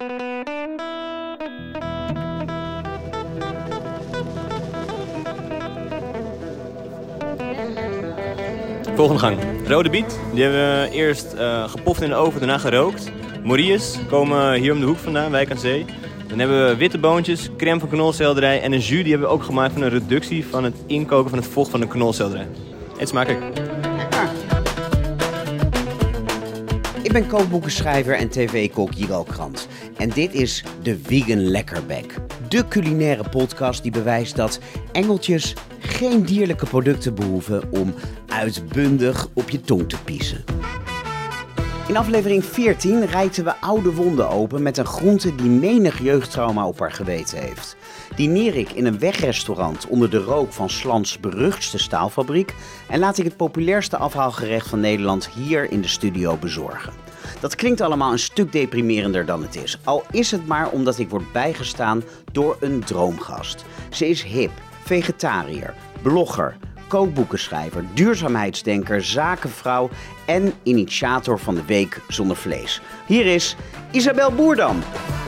Volgende gang. Rode biet. Die hebben we eerst gepoft in de oven, daarna gerookt. Morilles komen hier om de hoek vandaan, Wijk aan Zee. Dan hebben we witte boontjes, crème van knolselderij en een jus. Die hebben we ook gemaakt van een reductie van het inkoken van het vocht van de knolselderij. Eet smakelijk. Ik ben kookboekenschrijver en tv-kok Jiral Krant. En dit is de Vegan Lekkerbek. De culinaire podcast die bewijst dat engeltjes geen dierlijke producten behoeven om uitbundig op je tong te piezen. In aflevering 14 rijten we oude wonden open met een groente die menig jeugdtrauma op haar geweten heeft. Dineer ik in een wegrestaurant onder de rook van Slans beruchtste staalfabriek en laat ik het populairste afhaalgerecht van Nederland hier in de studio bezorgen. Dat klinkt allemaal een stuk deprimerender dan het is. Al is het maar omdat ik word bijgestaan door een droomgast. Ze is hip, vegetariër, blogger, kookboekenschrijver, duurzaamheidsdenker, zakenvrouw en initiator van de Week Zonder Vlees. Hier is Isabel Boerdam.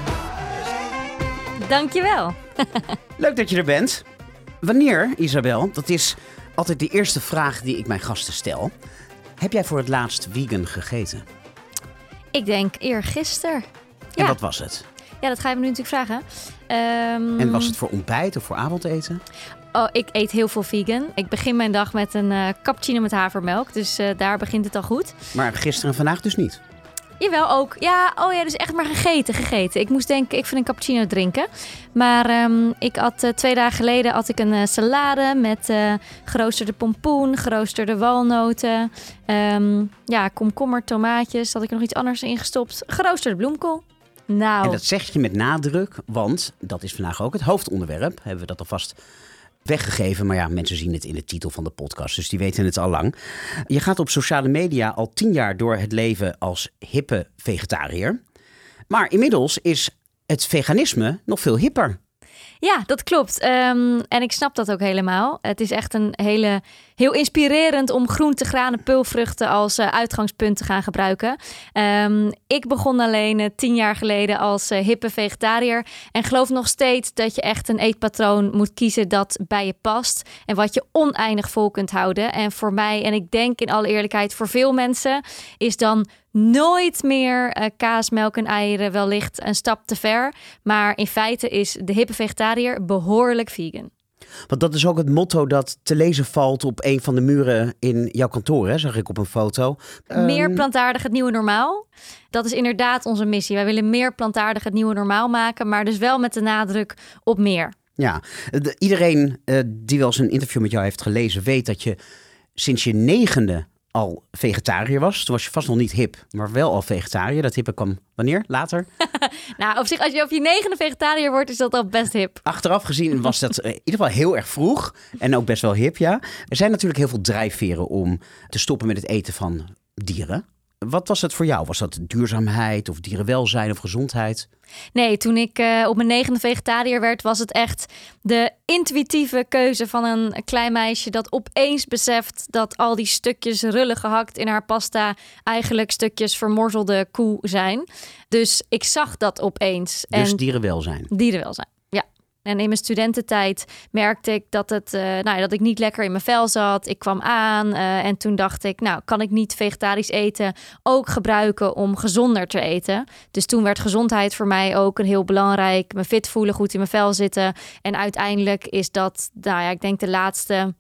Dankjewel. Leuk dat je er bent. Wanneer, Isabel, dat is altijd de eerste vraag die ik mijn gasten stel. Heb jij voor het laatst vegan gegeten? Ik denk eergisteren. En wat was het? Ja, dat ga je me nu natuurlijk vragen. En was het voor ontbijt of voor avondeten? Oh, ik eet heel veel vegan. Ik begin mijn dag met een cappuccino met havermelk. Dus daar begint het al goed. Maar gisteren en vandaag dus niet? Jawel, ook. Ja, dus echt maar gegeten. Ik moest denken, ik vind een cappuccino drinken. Maar ik had 2 dagen geleden een salade met geroosterde pompoen, geroosterde walnoten. Komkommer, tomaatjes. Had ik er nog iets anders in gestopt. Geroosterde bloemkool. Nou. En dat zeg je met nadruk, want dat is vandaag ook het hoofdonderwerp. Hebben we dat alvast weggegeven, maar ja, mensen zien het in de titel van de podcast, dus die weten het al lang. Je gaat op sociale media al 10 jaar door het leven als hippe vegetariër. Maar inmiddels is het veganisme nog veel hipper. Ja, dat klopt. En ik snap dat ook helemaal. Het is echt heel inspirerend om groente, granen, peulvruchten als uitgangspunt te gaan gebruiken. Ik begon alleen 10 jaar geleden als hippe vegetariër. En geloof nog steeds dat je echt een eetpatroon moet kiezen dat bij je past. En wat je oneindig vol kunt houden. En voor mij, en ik denk in alle eerlijkheid voor veel mensen, is dan nooit meer kaas, melk en eieren wellicht een stap te ver. Maar in feite is de hippe vegetariër behoorlijk vegan. Want dat is ook het motto dat te lezen valt op een van de muren in jouw kantoor, hè? Zag ik op een foto. Meer plantaardig het nieuwe normaal. Dat is inderdaad onze missie. Wij willen meer plantaardig het nieuwe normaal maken, maar dus wel met de nadruk op meer. Ja, iedereen die wel eens een interview met jou heeft gelezen weet dat je sinds je 9e al vegetariër was. Toen was je vast nog niet hip, maar wel al vegetariër. Dat hippe kwam wanneer? Later? Nou, op zich, als je op je 9e vegetariër wordt, is dat al best hip. Achteraf gezien was dat in ieder geval heel erg vroeg. En ook best wel hip, ja. Er zijn natuurlijk heel veel drijfveren om te stoppen met het eten van dieren. Wat was het voor jou? Was dat duurzaamheid of dierenwelzijn of gezondheid? Nee, toen ik op mijn 9e vegetariër werd, was het echt de intuïtieve keuze van een klein meisje dat opeens beseft dat al die stukjes rullen gehakt in haar pasta eigenlijk stukjes vermorzelde koe zijn. Dus ik zag dat opeens. Dus dierenwelzijn? Dierenwelzijn, ja. En in mijn studententijd merkte ik dat dat ik niet lekker in mijn vel zat. Ik kwam aan en toen dacht ik, kan ik niet vegetarisch eten ook gebruiken om gezonder te eten? Dus toen werd gezondheid voor mij ook een heel belangrijk. Me fit voelen, goed in mijn vel zitten. En uiteindelijk is dat, ik denk de laatste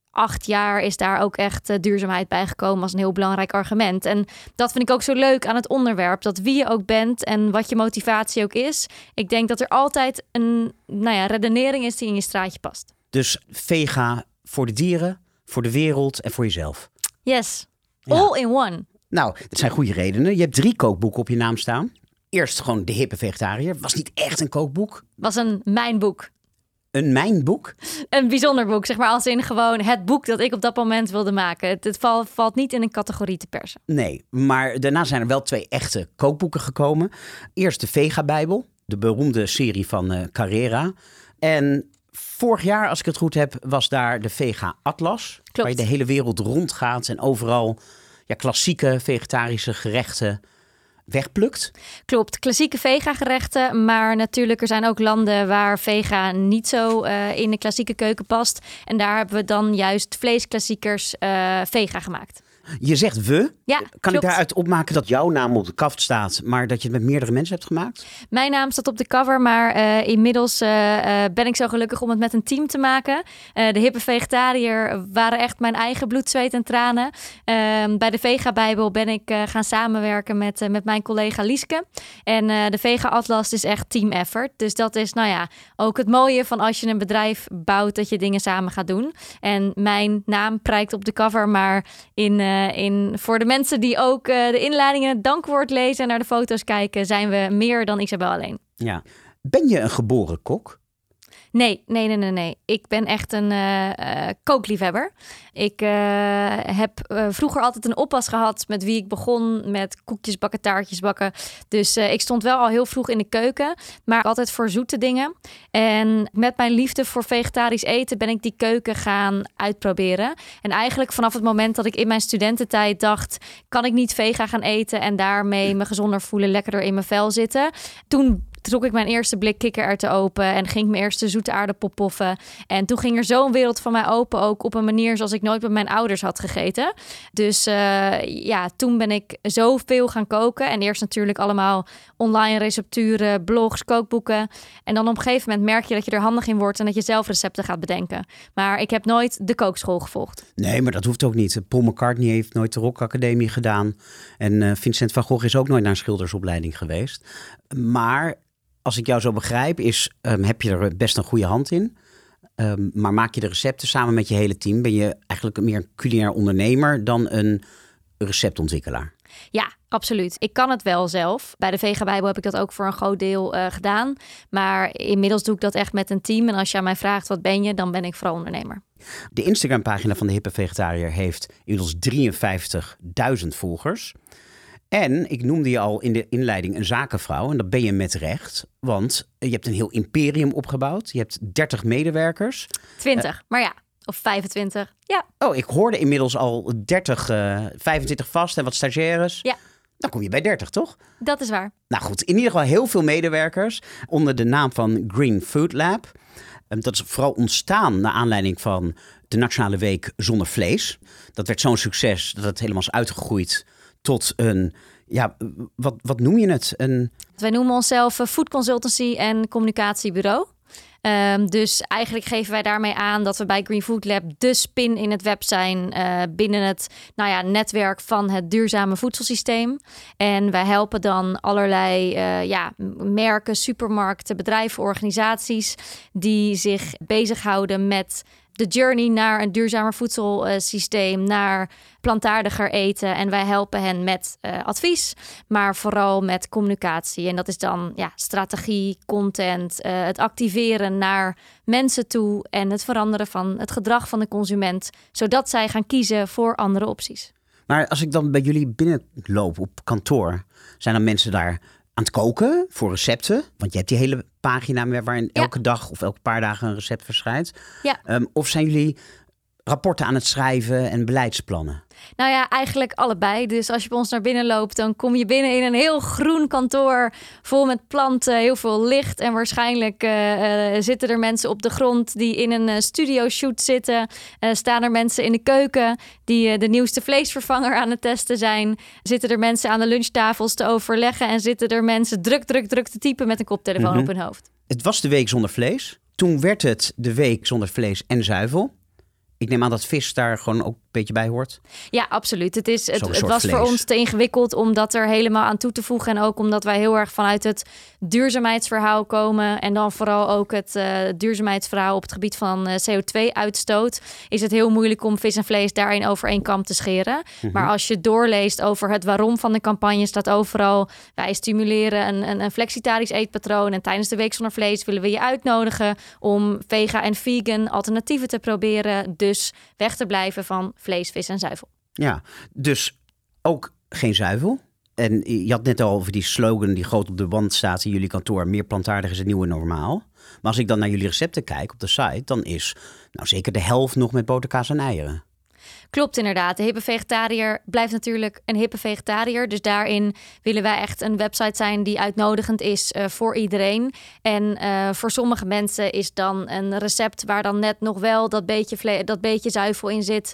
8 jaar is daar ook echt duurzaamheid bijgekomen als een heel belangrijk argument. En dat vind ik ook zo leuk aan het onderwerp. Dat wie je ook bent en wat je motivatie ook is. Ik denk dat er altijd een redenering is die in je straatje past. Dus vega voor de dieren, voor de wereld en voor jezelf. Yes, all in one. Nou, dat zijn goede redenen. Je hebt 3 kookboeken op je naam staan. Eerst gewoon De Hippe Vegetariër. Was niet echt een kookboek. Was een mijnboek. Een mijnboek? Een bijzonder boek, zeg maar als in gewoon het boek dat ik op dat moment wilde maken. Het valt niet in een categorie te persen. Nee, maar daarna zijn er wel 2 echte kookboeken gekomen. Eerst de Vega-bijbel, de beroemde serie van Carrera. En vorig jaar, als ik het goed heb, was daar de Vega-atlas. Klopt. Waar je de hele wereld rondgaat en overal klassieke vegetarische gerechten wegplukt? Klopt, klassieke vega-gerechten. Maar natuurlijk, er zijn ook landen waar vega niet zo in de klassieke keuken past. En daar hebben we dan juist vleesklassiekers vega gemaakt. Je zegt we. Ja, kan klopt. ik daaruit opmaken dat jouw naam op de kaft staat, maar dat je het met meerdere mensen hebt gemaakt? Mijn naam staat op de cover, maar inmiddels ben ik zo gelukkig om het met een team te maken. De hippe vegetariër waren echt mijn eigen bloed, zweet en tranen. Bij de Vega-bijbel ben ik gaan samenwerken met mijn collega Lieske. En de Vega-atlas is echt team effort. Dus dat is ook het mooie van als je een bedrijf bouwt, dat je dingen samen gaat doen. En mijn naam prijkt op de cover, maar voor de mensen die ook de inleidingen, het dankwoord lezen en naar de foto's kijken, zijn we meer dan Isabel alleen. Ja. Ben je een geboren kok? Nee. Ik ben echt een kookliefhebber. Ik heb vroeger altijd een oppas gehad met wie ik begon met koekjes bakken, taartjes bakken. Dus ik stond wel al heel vroeg in de keuken, maar altijd voor zoete dingen. En met mijn liefde voor vegetarisch eten ben ik die keuken gaan uitproberen. En eigenlijk vanaf het moment dat ik in mijn studententijd dacht, kan ik niet vega gaan eten en daarmee me gezonder voelen, lekkerder in mijn vel zitten. Toen trok ik mijn eerste blik kikkererwten open en ging ik mijn eerste zoete aardappel poffen. En toen ging er zo'n wereld van mij open, ook op een manier zoals ik nooit met mijn ouders had gegeten. Dus toen ben ik zoveel gaan koken. En eerst natuurlijk allemaal online recepturen, blogs, kookboeken. En dan op een gegeven moment merk je dat je er handig in wordt en dat je zelf recepten gaat bedenken. Maar ik heb nooit de kookschool gevolgd. Nee, maar dat hoeft ook niet. Paul McCartney heeft nooit de Rock Academie gedaan. En Vincent van Gogh is ook nooit naar een schildersopleiding geweest. Maar als ik jou zo begrijp, heb je er best een goede hand in. Maar maak je de recepten samen met je hele team? Ben je eigenlijk meer een culinair ondernemer dan een receptontwikkelaar? Ja, absoluut. Ik kan het wel zelf. Bij de Vega-bijbel heb ik dat ook voor een groot deel gedaan. Maar inmiddels doe ik dat echt met een team. En als je aan mij vraagt wat ben je, dan ben ik vooral ondernemer. De Instagram-pagina van de Hippe Vegetariër heeft inmiddels 53.000 volgers. En ik noemde je al in de inleiding een zakenvrouw. En dat ben je met recht. Want je hebt een heel imperium opgebouwd. Je hebt 30 medewerkers. 20, maar ja. Of 25, ja. Oh, ik hoorde inmiddels al 25 vast en wat stagiaires. Ja. Dan kom je bij 30, toch? Dat is waar. Nou goed, in ieder geval heel veel medewerkers onder de naam van Green Food Lab. Dat is vooral ontstaan naar aanleiding van de Nationale Week Zonder Vlees. Dat werd zo'n succes dat het helemaal is uitgegroeid tot een, wat noem je het? Wij noemen onszelf food consultancy en communicatiebureau. Dus eigenlijk geven wij daarmee aan dat we bij Green Food Lab de spin in het web zijn binnen het netwerk van het duurzame voedselsysteem. En wij helpen dan allerlei merken, supermarkten, bedrijven, organisaties die zich bezighouden met de journey naar een duurzamer voedselsysteem, naar plantaardiger eten. En wij helpen hen met advies, maar vooral met communicatie. En dat is dan strategie, content, het activeren naar mensen toe en het veranderen van het gedrag van de consument, zodat zij gaan kiezen voor andere opties. Maar als ik dan bij jullie binnenloop op kantoor, zijn er mensen daar aan het koken voor recepten? Want je hebt die hele pagina waarin elke dag of elke paar dagen een recept verschijnt. Ja. Of zijn jullie rapporten aan het schrijven en beleidsplannen? Nou ja, eigenlijk allebei. Dus als je bij ons naar binnen loopt, dan kom je binnen in een heel groen kantoor vol met planten, heel veel licht. En waarschijnlijk zitten er mensen op de grond die in een studioshoot zitten. Staan er mensen in de keuken die de nieuwste vleesvervanger aan het testen zijn. Zitten er mensen aan de lunchtafels te overleggen en zitten er mensen druk te typen met een koptelefoon op hun hoofd. Het was de week zonder vlees. Toen werd het de week zonder vlees en zuivel. Ik neem aan dat vis daar gewoon ook een beetje bij hoort. Ja, absoluut. Het was vlees. voor ons te ingewikkeld om dat er helemaal aan toe te voegen. En ook omdat wij heel erg vanuit het duurzaamheidsverhaal komen. En dan vooral ook het duurzaamheidsverhaal op het gebied van CO2-uitstoot. Is het heel moeilijk om vis en vlees daarin over één kam te scheren. Maar als je doorleest over het waarom van de campagne, staat overal: wij stimuleren een flexitarisch eetpatroon. En tijdens de week zonder vlees willen we je uitnodigen om vega en vegan alternatieven te proberen. Dus weg te blijven van vlees, vis en zuivel. Ja, dus ook geen zuivel. En je had net al over die slogan die groot op de wand staat in jullie kantoor: meer plantaardig is het nieuwe normaal. Maar als ik dan naar jullie recepten kijk op de site, dan is zeker de helft nog met boter, kaas en eieren. Klopt inderdaad. De hippe vegetariër blijft natuurlijk een hippe vegetariër. Dus daarin willen wij echt een website zijn die uitnodigend is voor iedereen. En voor sommige mensen is dan een recept waar dan net nog wel dat beetje zuivel in zit.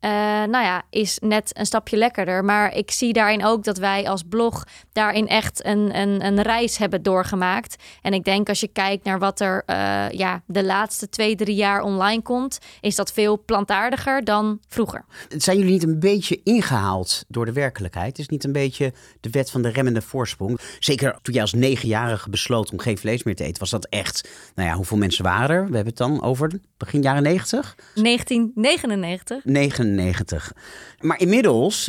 Is net een stapje lekkerder. Maar ik zie daarin ook dat wij als blog daarin echt een reis hebben doorgemaakt. En ik denk als je kijkt naar wat er de laatste 2-3 jaar online komt, is dat veel plantaardiger dan vroeger. Zijn jullie niet een beetje ingehaald door de werkelijkheid? Is niet een beetje de wet van de remmende voorsprong? Zeker toen jij als 9-jarige besloot om geen vlees meer te eten, was dat echt, hoeveel mensen waren er? We hebben het dan over begin jaren 90? 1999. 99. Maar inmiddels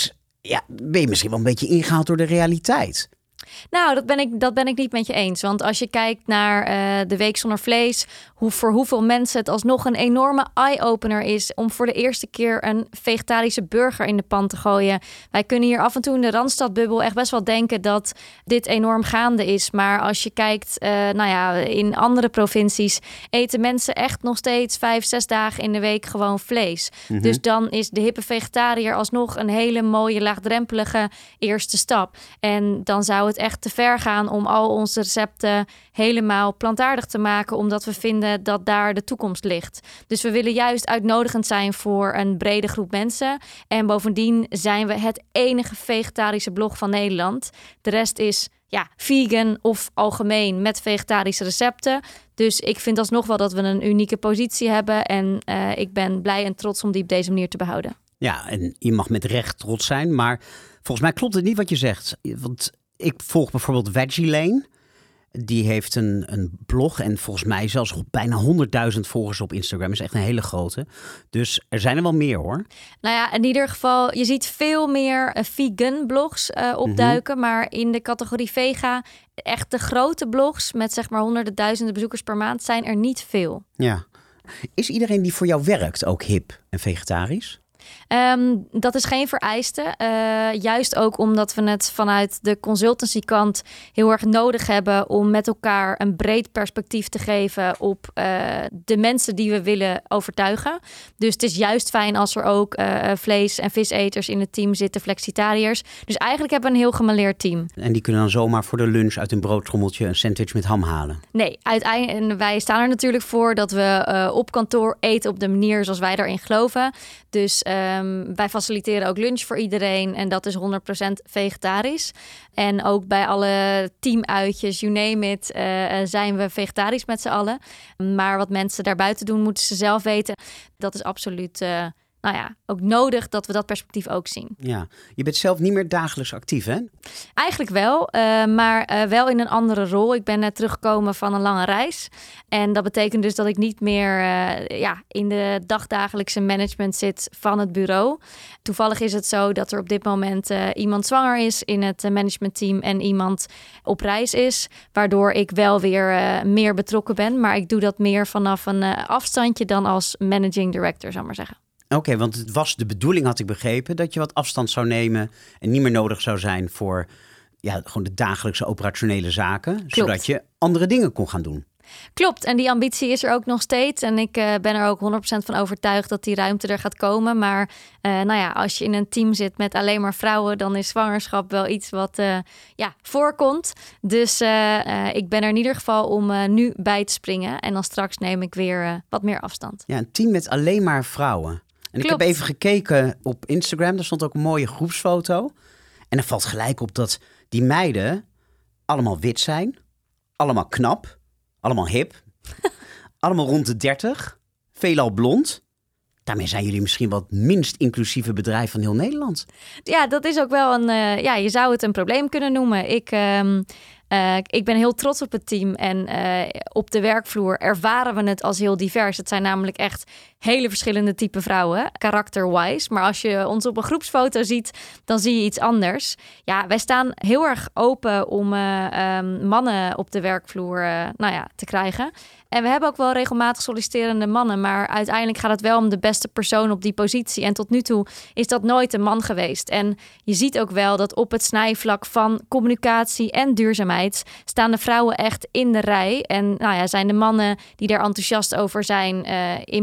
ben je misschien wel een beetje ingehaald door de realiteit. Nou, dat ben ik niet met je eens. Want als je kijkt naar de Week Zonder Vlees, voor hoeveel mensen het alsnog een enorme eye-opener is om voor de eerste keer een vegetarische burger in de pan te gooien. Wij kunnen hier af en toe in de Randstadbubbel echt best wel denken dat dit enorm gaande is. Maar als je kijkt, in andere provincies eten mensen echt nog steeds 5-6 dagen in de week gewoon vlees. Mm-hmm. Dus dan is de hippe vegetariër alsnog een hele mooie, laagdrempelige eerste stap. En dan zou het echt te ver gaan om al onze recepten helemaal plantaardig te maken, omdat we vinden dat daar de toekomst ligt. Dus we willen juist uitnodigend zijn voor een brede groep mensen. En bovendien zijn we het enige vegetarische blog van Nederland. De rest is vegan of algemeen met vegetarische recepten. Dus ik vind alsnog wel dat we een unieke positie hebben. En ik ben blij en trots om die op deze manier te behouden. Ja, en je mag met recht trots zijn, maar volgens mij klopt het niet wat je zegt. Want ik volg bijvoorbeeld Veggie Lane. Die heeft een blog en volgens mij zelfs bijna 100.000 volgers op Instagram. Is echt een hele grote. Dus er zijn er wel meer hoor. Nou ja, in ieder geval, je ziet veel meer vegan blogs opduiken. Mm-hmm. Maar in de categorie vega, echt de grote blogs met zeg maar honderden duizenden bezoekers per maand zijn er niet veel. Ja. Is iedereen die voor jou werkt ook hip en vegetarisch? Dat is geen vereiste. Juist ook omdat we het vanuit de consultancykant heel erg nodig hebben om met elkaar een breed perspectief te geven op de mensen die we willen overtuigen. Dus het is juist fijn als er ook vlees- en viseters in het team zitten, flexitariërs. Dus eigenlijk hebben we een heel gemêleerd team. En die kunnen dan zomaar voor de lunch uit hun broodtrommeltje een sandwich met ham halen? Nee, uiteindelijk, wij staan er natuurlijk voor dat we op kantoor eten op de manier zoals wij daarin geloven. Dus wij faciliteren ook lunch voor iedereen en dat is 100% vegetarisch. En ook bij alle teamuitjes, you name it, zijn we vegetarisch met z'n allen. Maar wat mensen daarbuiten doen, moeten ze zelf weten. Dat is absoluut ook nodig dat we dat perspectief ook zien. Ja, je bent zelf niet meer dagelijks actief, hè? Eigenlijk wel, maar wel in een andere rol. Ik ben net teruggekomen van een lange reis. En dat betekent dus dat ik niet meer in de dagdagelijkse management zit van het bureau. Toevallig is het zo dat er op dit moment iemand zwanger is in het managementteam en iemand op reis is. Waardoor ik wel weer meer betrokken ben. Maar ik doe dat meer vanaf een afstandje dan als managing director, zou ik maar zeggen. Oké, want het was de bedoeling, had ik begrepen, dat je wat afstand zou nemen en niet meer nodig zou zijn voor gewoon de dagelijkse operationele zaken. Klopt. Zodat je andere dingen kon gaan doen. Klopt, en die ambitie is er ook nog steeds. En ik ben er ook 100% van overtuigd dat die ruimte er gaat komen. Maar als je in een team zit met alleen maar vrouwen, dan is zwangerschap wel iets wat voorkomt. Dus ik ben er in ieder geval om nu bij te springen. En dan straks neem ik weer wat meer afstand. Ja, een team met alleen maar vrouwen. En Klopt. Ik heb even gekeken op Instagram, daar stond ook een mooie groepsfoto. En er valt gelijk op dat die meiden allemaal wit zijn, allemaal knap, allemaal hip, allemaal rond de 30, veelal blond. Daarmee zijn jullie misschien wel het minst inclusieve bedrijf van heel Nederland. Ja, dat is ook wel je zou het een probleem kunnen noemen. Ik ben heel trots op het team en op de werkvloer ervaren we het als heel divers. Het zijn namelijk echt hele verschillende type vrouwen, karakter-wise. Maar als je ons op een groepsfoto ziet, dan zie je iets anders. Ja, wij staan heel erg open om mannen op de werkvloer te krijgen. En we hebben ook wel regelmatig solliciterende mannen, maar uiteindelijk gaat het wel om de beste persoon op die positie. En tot nu toe is dat nooit een man geweest. En je ziet ook wel dat op het snijvlak van communicatie en duurzaamheid staan de vrouwen echt in de rij. En zijn de mannen die daar enthousiast over zijn in minder grote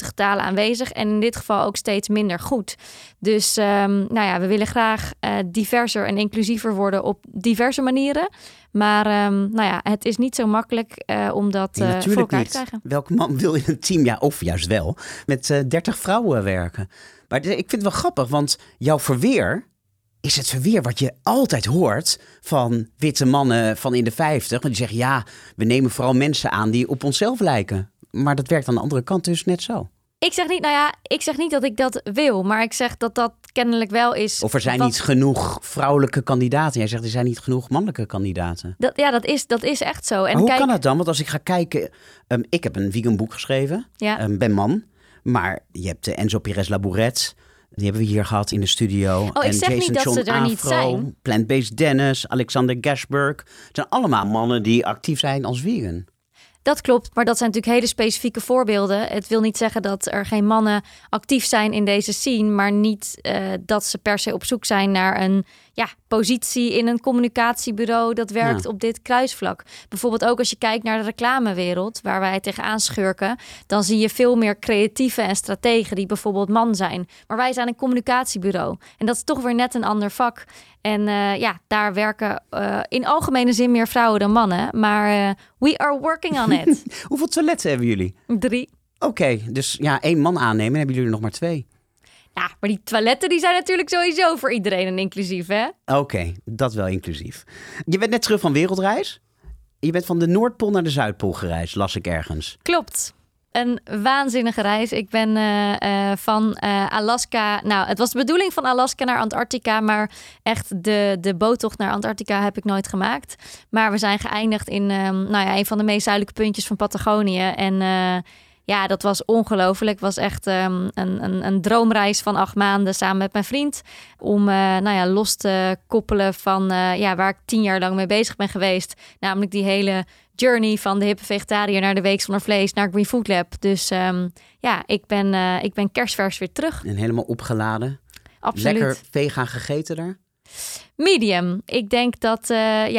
grote getalen aanwezig. En in dit geval ook steeds minder goed. Dus we willen graag diverser en inclusiever worden op diverse manieren. Maar het is niet zo makkelijk om dat voor elkaar te krijgen. Welke man wil in een team, of juist wel, met 30 vrouwen werken? Maar ik vind het wel grappig, want jouw verweer is het verweer wat je altijd hoort van witte mannen van in de 50. Want die zeggen, we nemen vooral mensen aan die op onszelf lijken. Maar dat werkt aan de andere kant dus net zo. Ik zeg niet dat ik dat wil, maar ik zeg dat dat kennelijk wel is. Of er zijn niet genoeg vrouwelijke kandidaten. Jij zegt er zijn niet genoeg mannelijke kandidaten. Dat is echt zo. En maar hoe kan dat dan? Want als ik ga kijken, ik heb een vegan boek geschreven, ben man. Maar je hebt Enzo Perez Labouret, die hebben we hier gehad in de studio. Ik zeg Jason niet dat John ze er Afro, niet zijn. Plant-Based Dennis, Alexander Gasberg. Het zijn allemaal mannen die actief zijn als vegan. Dat klopt, maar dat zijn natuurlijk hele specifieke voorbeelden. Het wil niet zeggen dat er geen mannen actief zijn in deze scene, maar niet dat ze per se op zoek zijn naar een positie in een communicatiebureau dat werkt op dit kruisvlak. Bijvoorbeeld ook als je kijkt naar de reclamewereld, waar wij tegenaan schurken, dan zie je veel meer creatieven en strategen die bijvoorbeeld man zijn. Maar wij zijn een communicatiebureau en dat is toch weer net een ander vak. En daar werken in algemene zin meer vrouwen dan mannen. Maar we are working on it. Hoeveel toiletten hebben jullie? 3. Oké, dus 1 man aannemen, hebben jullie er nog maar 2. Ja, maar die toiletten die zijn natuurlijk sowieso voor iedereen en inclusief, hè? Oké, dat wel inclusief. Je bent net terug van wereldreis. Je bent van de Noordpool naar de Zuidpool gereisd, las ik ergens. Klopt. Een waanzinnige reis. Ik ben van Alaska... Nou, het was de bedoeling van Alaska naar Antarctica, maar echt de boottocht naar Antarctica heb ik nooit gemaakt. Maar we zijn geëindigd in een van de meest zuidelijke puntjes van Patagonië. En dat was ongelooflijk. Het was echt een droomreis van 8 maanden samen met mijn vriend. Om los te koppelen van waar ik 10 jaar lang mee bezig ben geweest. Namelijk die hele journey van de hippe vegetariër naar de week zonder vlees naar Green Food Lab. Dus ik ben kerstvers weer terug. En helemaal opgeladen. Absoluut. Lekker vegan gegeten daar? Medium. Ik denk dat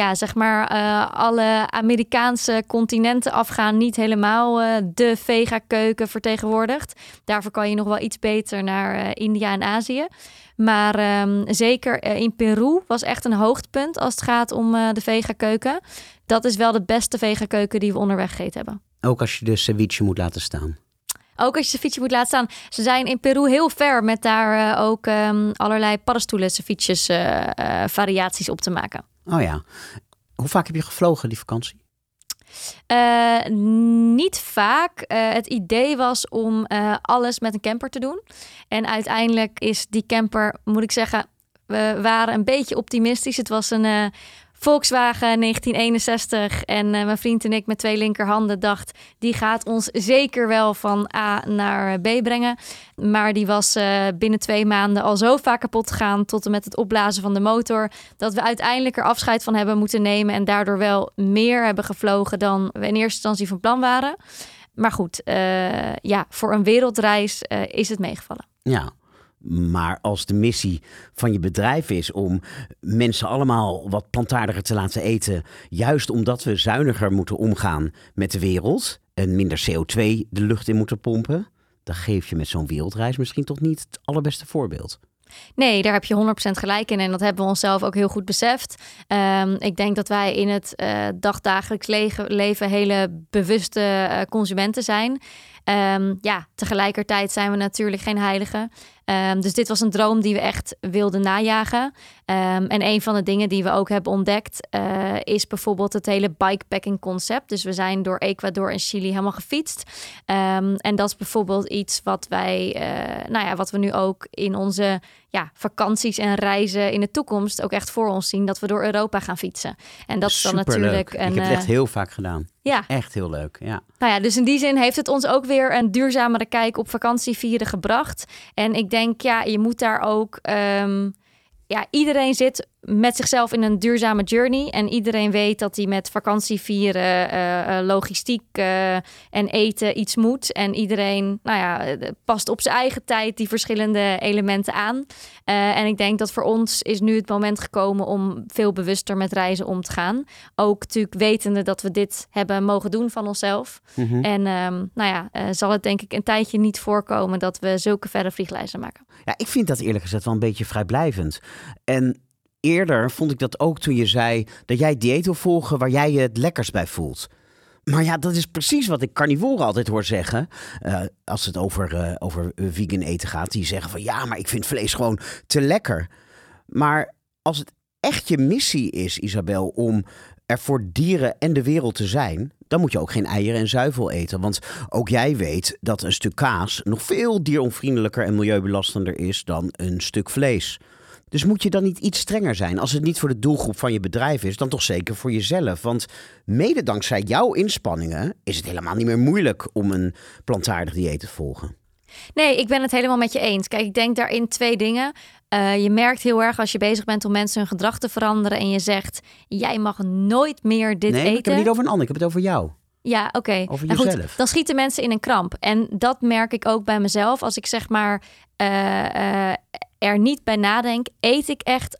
alle Amerikaanse continenten afgaan niet helemaal de vega-keuken vertegenwoordigt. Daarvoor kan je nog wel iets beter naar India en Azië. Maar zeker in Peru was echt een hoogtepunt als het gaat om de vega-keuken. Dat is wel de beste vega-keuken die we onderweg gegeten hebben. Ook als je de ceviche moet laten staan? Ook als je ceviche moet laten staan. Ze zijn in Peru heel ver met daar ook allerlei paddenstoelen ceviches variaties op te maken. Oh ja. Hoe vaak heb je gevlogen die vakantie? Niet vaak. Het idee was om alles met een camper te doen. En uiteindelijk is die camper, moet ik zeggen, we waren een beetje optimistisch. Het was een Volkswagen 1961 en mijn vriend en ik met 2 linkerhanden dacht, die gaat ons zeker wel van A naar B brengen. Maar die was binnen 2 maanden al zo vaak kapot gegaan tot en met het opblazen van de motor, dat we uiteindelijk er afscheid van hebben moeten nemen en daardoor wel meer hebben gevlogen dan we in eerste instantie van plan waren. Maar goed, voor een wereldreis is het meegevallen. Ja. Maar als de missie van je bedrijf is om mensen allemaal wat plantaardiger te laten eten, juist omdat we zuiniger moeten omgaan met de wereld en minder CO2 de lucht in moeten pompen, dan geef je met zo'n wereldreis misschien toch niet het allerbeste voorbeeld. Nee, daar heb je 100% gelijk in en dat hebben we onszelf ook heel goed beseft. Ik denk dat wij in het dagdagelijks leven hele bewuste consumenten zijn. Tegelijkertijd zijn we natuurlijk geen heiligen. Dus dit was een droom die we echt wilden najagen. En een van de dingen die we ook hebben ontdekt is bijvoorbeeld het hele bikepacking concept. Dus we zijn door Ecuador en Chili helemaal gefietst. En dat is bijvoorbeeld iets wat wij, wat we nu ook in onze vakanties en reizen in de toekomst ook echt voor ons zien. Dat we door Europa gaan fietsen. En dat is dan natuurlijk ik heb het echt heel vaak gedaan. Ja. Echt heel leuk, ja. Dus in die zin heeft het ons ook weer een duurzamere kijk op vakantievieren gebracht. En ik denk, je moet daar ook... iedereen zit met zichzelf in een duurzame journey. En iedereen weet dat hij met vakantie vieren, logistiek en eten iets moet. En iedereen past op zijn eigen tijd die verschillende elementen aan. En ik denk dat voor ons is nu het moment gekomen om veel bewuster met reizen om te gaan. Ook natuurlijk wetende dat we dit hebben mogen doen van onszelf. Mm-hmm. En zal het denk ik een tijdje niet voorkomen dat we zulke verre vliegreizen maken. Ja, ik vind dat eerlijk gezegd wel een beetje vrijblijvend. En eerder vond ik dat ook toen je zei dat jij dieet wil volgen waar jij je het lekkers bij voelt. Maar ja, dat is precies wat ik carnivoren altijd hoor zeggen. Als het over vegan eten gaat. Die zeggen van ja, maar ik vind vlees gewoon te lekker. Maar als het echt je missie is, Isabel, om er voor dieren en de wereld te zijn, dan moet je ook geen eieren en zuivel eten. Want ook jij weet dat een stuk kaas nog veel dieronvriendelijker en milieubelastender is dan een stuk vlees. Dus moet je dan niet iets strenger zijn? Als het niet voor de doelgroep van je bedrijf is, dan toch zeker voor jezelf. Want mede dankzij jouw inspanningen is het helemaal niet meer moeilijk om een plantaardig dieet te volgen. Nee, ik ben het helemaal met je eens. Kijk, ik denk daarin 2 dingen. Je merkt heel erg als je bezig bent om mensen hun gedrag te veranderen en je zegt, jij mag nooit meer dit eten. Nee, ik heb het niet over een ander, ik heb het over jou. Ja, oké. Over jezelf. Goed, dan schieten mensen in een kramp. En dat merk ik ook bij mezelf. Als ik zeg maar er niet bij nadenk, eet ik echt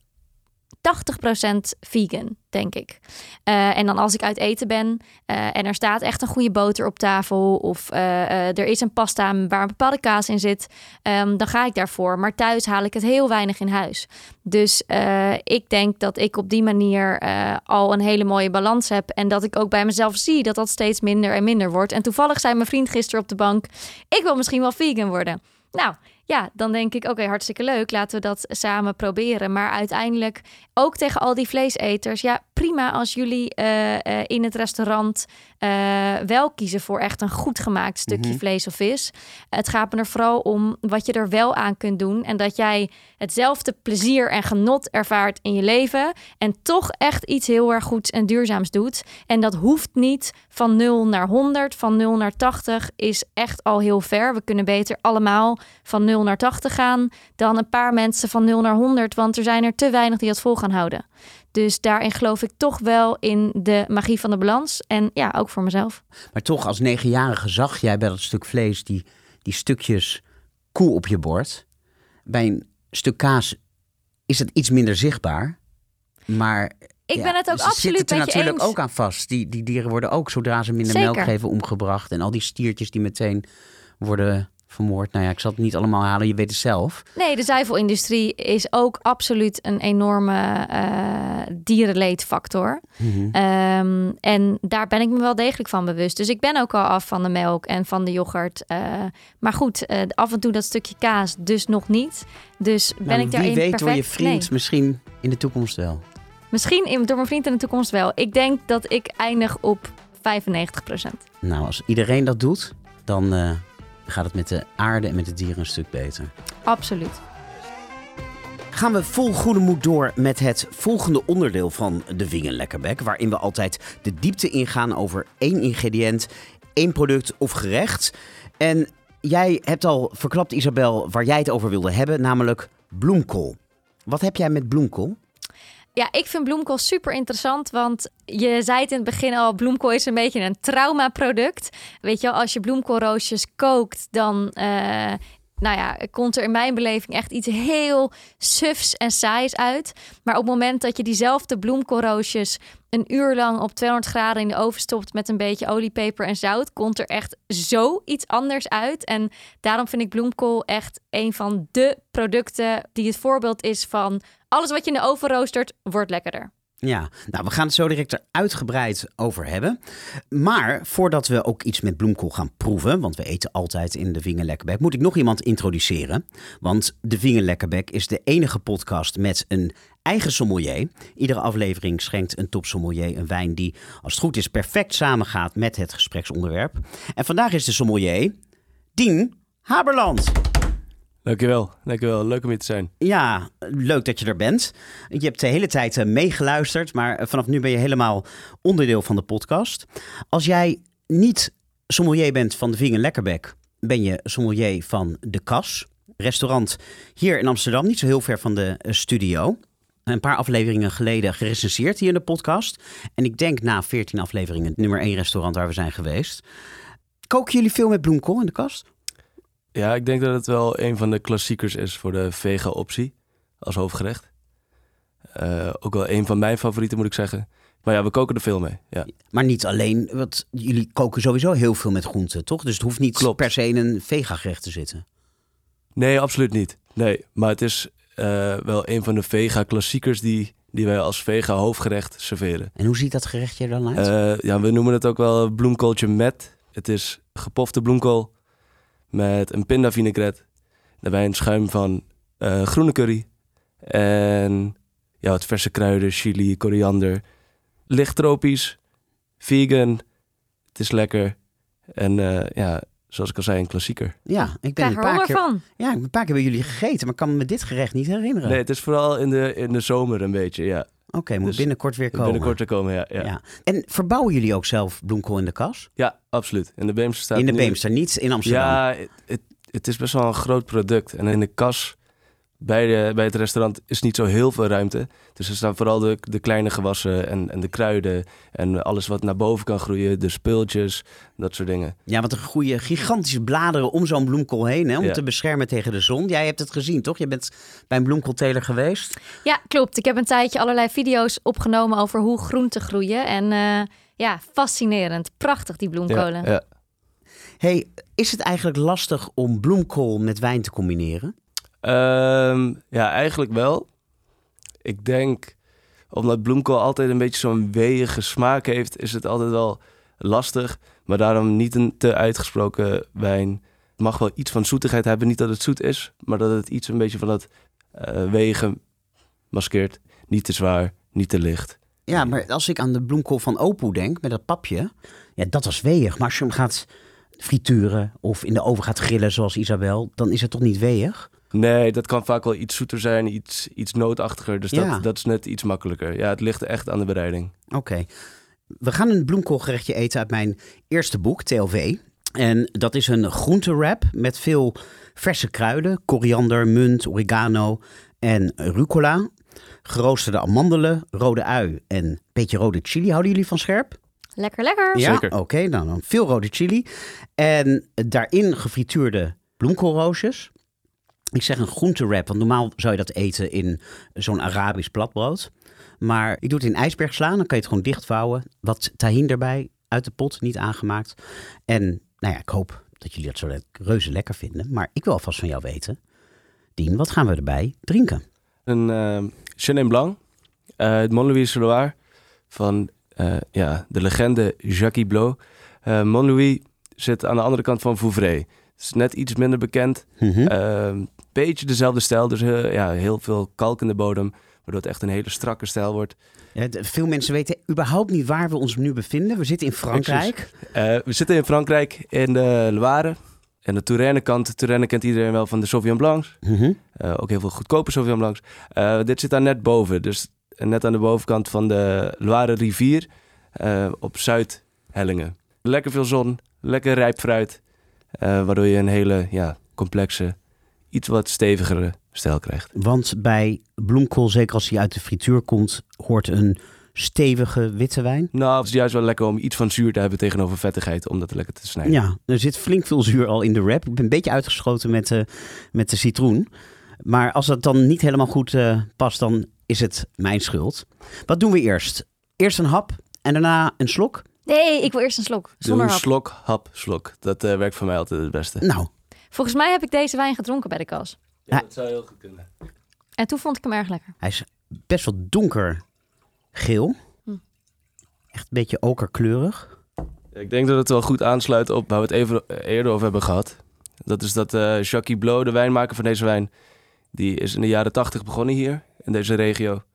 80% vegan, denk ik. En dan als ik uit eten ben en er staat echt een goede boter op tafel of er is een pasta waar een bepaalde kaas in zit, dan ga ik daarvoor. Maar thuis haal ik het heel weinig in huis. Dus ik denk dat ik op die manier al een hele mooie balans heb en dat ik ook bij mezelf zie dat dat steeds minder en minder wordt. En toevallig zei mijn vriend gisteren op de bank, ik wil misschien wel vegan worden. Nou, ja, dan denk ik, oké, hartstikke leuk. Laten we dat samen proberen. Maar uiteindelijk, ook tegen al die vleeseters, ja, prima als jullie in het restaurant wel kiezen voor echt een goed gemaakt stukje vlees of vis. Het gaat me er vooral om wat je er wel aan kunt doen. En dat jij hetzelfde plezier en genot ervaart in je leven. En toch echt iets heel erg goeds en duurzaams doet. En dat hoeft niet van 0 naar 100, van 0 naar 80 is echt al heel ver. We kunnen beter allemaal van 0 naar 80 gaan dan een paar mensen van 0 naar 100. Want er zijn er te weinig die dat vol gaan houden. Dus daarin geloof ik toch wel in de magie van de balans. En ja, ook voor mezelf. Maar toch, als 9-jarige zag jij bij dat stuk vlees die stukjes koe op je bord. Bij een stuk kaas is het iets minder zichtbaar. Maar ik ben het ook absoluut met je eens. natuurlijk ook aan vast. Die dieren worden ook, zodra ze minder melk geven, omgebracht. En al die stiertjes die meteen worden vermoord. Nou ja, ik zal het niet allemaal halen, je weet het zelf. Nee, de zuivelindustrie is ook absoluut een enorme dierenleedfactor. Mm-hmm. En daar ben ik me wel degelijk van bewust. Dus ik ben ook al af van de melk en van de yoghurt. Maar goed, af en toe dat stukje kaas dus nog niet. Dus ben ik daarin perfect. Wie weet door je vriend misschien in de toekomst wel. Misschien door mijn vriend in de toekomst wel. Ik denk dat ik eindig op 95%. Nou, als iedereen dat doet, dan gaat het met de aarde en met de dieren een stuk beter. Absoluut. Gaan we vol goede moed door met het volgende onderdeel van de Vegan Lekkerbek, waarin we altijd de diepte ingaan over 1 ingrediënt, 1 product of gerecht. En jij hebt al verklapt, Isabel, waar jij het over wilde hebben, namelijk bloemkool. Wat heb jij met bloemkool? Ja, ik vind bloemkool super interessant, want je zei het in het begin al, bloemkool is een beetje een traumaproduct. Weet je wel, als je bloemkoolroosjes kookt, dan komt er in mijn beleving echt iets heel sufs en saais uit. Maar op het moment dat je diezelfde bloemkoolroosjes een uur lang op 200 graden in de oven stopt met een beetje olie, peper en zout, komt er echt zoiets anders uit. En daarom vind ik bloemkool echt een van de producten die het voorbeeld is van alles wat je in de oven roostert, wordt lekkerder. Ja, nou, we gaan het zo direct er uitgebreid over hebben. Maar voordat we ook iets met bloemkool gaan proeven, want we eten altijd in de Vegan Lekkerbek, moet ik nog iemand introduceren. Want de Vegan Lekkerbek is de enige podcast met een eigen sommelier. Iedere aflevering schenkt een topsommelier een wijn die, als het goed is, perfect samengaat met het gespreksonderwerp. En vandaag is de sommelier Dien Haberland. Dankjewel. Leuk om hier te zijn. Ja, leuk dat je er bent. Je hebt de hele tijd meegeluisterd, maar vanaf nu ben je helemaal onderdeel van de podcast. Als jij niet sommelier bent van de Vegan Lekkerbek, ben je sommelier van De Kas. Restaurant hier in Amsterdam, niet zo heel ver van de studio. een paar afleveringen geleden gerecenseerd hier in de podcast. En ik denk na 14 afleveringen het nummer 1 restaurant waar we zijn geweest. Koken jullie veel met bloemkool in de kast? Ja, ik denk dat het wel een van de klassiekers is voor de vega-optie als hoofdgerecht. Ook wel een van mijn favorieten, moet ik zeggen. Maar ja, we koken er veel mee. Ja. Maar niet alleen, want jullie koken sowieso heel veel met groenten, toch? Dus het hoeft niet per se in een vega-gerecht te zitten. Nee, absoluut niet. Nee, maar het is wel een van de vega-klassiekers die wij als vega-hoofdgerecht serveren. En hoe ziet dat gerechtje er dan uit? Ja, we noemen het ook wel bloemkooltje met. Het is gepofte bloemkool met een pindavinaigrette. Daarbij een schuim van groene curry. En ja, wat verse kruiden, chili, koriander. Licht tropisch, vegan. Het is lekker. En ja, zoals ik al zei, een klassieker. Ja, ik ben een paar keer bij jullie gegeten, maar ik kan me dit gerecht niet herinneren. Nee, het is vooral in de zomer een beetje, ja. Oké, moet dus binnenkort weer komen. Binnenkort weer komen, ja. En verbouwen jullie ook zelf bloemkool in de kas? Ja, absoluut. In de Beemster staat in de Beemster, niet in Amsterdam? Ja, het is best wel een groot product. En in de kas bij het restaurant is niet zo heel veel ruimte. Dus er staan vooral de kleine gewassen en de kruiden en alles wat naar boven kan groeien. De speeltjes, dat soort dingen. Ja, want er groeien gigantische bladeren om zo'n bloemkool heen, hè, om te beschermen tegen de zon. Jij hebt het gezien, toch? Je bent bij een bloemkoolteler geweest. Ja, klopt. Ik heb een tijdje allerlei video's opgenomen over hoe groenten groeien. En ja, fascinerend. Prachtig, die bloemkolen. Ja. Hey, is het eigenlijk lastig om bloemkool met wijn te combineren? Ja, eigenlijk wel. Ik denk, omdat bloemkool altijd een beetje zo'n weeige smaak heeft, is het altijd wel lastig. Maar daarom niet een te uitgesproken wijn. Het mag wel iets van zoetigheid hebben. Niet dat het zoet is, maar dat het iets een beetje van dat weeige maskeert. Niet te zwaar, niet te licht. Ja, maar als ik aan de bloemkool van Opoe denk, met dat papje, ja, dat was weeig. Maar als je hem gaat frituren of in de oven gaat grillen zoals Isabel, dan is het toch niet weeig? Nee, dat kan vaak wel iets zoeter zijn, iets nootachtiger. Dus dat is net iets makkelijker. Ja, het ligt echt aan de bereiding. Oké. We gaan een bloemkoolgerechtje eten uit mijn eerste boek, TLV. En dat is een groentewrap met veel verse kruiden. Koriander, munt, oregano en rucola. Geroosterde amandelen, rode ui en een beetje rode chili. Houden jullie van scherp? Lekker, lekker. Ja, zeker. Oké, dan veel rode chili. En daarin gefrituurde bloemkoolroosjes. Ik zeg een groentewrap, want normaal zou je dat eten in zo'n Arabisch platbrood. Maar ik doe het in ijsbergsla, dan kan je het gewoon dichtvouwen. Wat tahin erbij, uit de pot, niet aangemaakt. En nou ja, ik hoop dat jullie dat zo reuze lekker vinden. Maar ik wil alvast van jou weten, Dien, wat gaan we erbij drinken? Een Chenin Blanc, het Montlouis-sur-Loire van de legende Jacques Blot. Montlouis zit aan de andere kant van Vouvray. Het is net iets minder bekend. Beetje dezelfde stijl, dus heel veel kalk in de bodem, waardoor het echt een hele strakke stijl wordt. Ja, veel mensen weten überhaupt niet waar we ons nu bevinden. We zitten in Frankrijk. We zitten in Frankrijk, in de Loire. En de Touraine-kant. Touraine kent iedereen wel van de Sauvignon Blancs. Ook heel veel goedkope Sauvignon Blancs. Dit zit daar net boven. Dus net aan de bovenkant van de Loire rivier. Op Zuid-Hellingen. Lekker veel zon, lekker rijp fruit. Waardoor je een hele complexe, iets wat stevigere stijl krijgt. Want bij bloemkool, zeker als hij uit de frituur komt, hoort een stevige witte wijn? Nou, het is juist wel lekker om iets van zuur te hebben tegenover vettigheid, om dat lekker te snijden. Ja, er zit flink veel zuur al in de wrap. Ik ben een beetje uitgeschoten met de citroen. Maar als dat dan niet helemaal goed past, dan is het mijn schuld. Wat doen we eerst? Eerst een hap en daarna een slok? Nee, ik wil eerst een slok. Zonder hap. Slok, hap, slok. Dat werkt voor mij altijd het beste. Nou. Volgens mij heb ik deze wijn gedronken bij de kas. Ja, dat zou heel goed kunnen. En toen vond ik hem erg lekker. Hij is best wel donkergeel. Echt een beetje okerkleurig. Ik denk dat het wel goed aansluit op waar we het even eerder over hebben gehad. Dat is dat Jacques Blot, de wijnmaker van deze wijn, die is in de jaren 80 begonnen hier, in deze regio.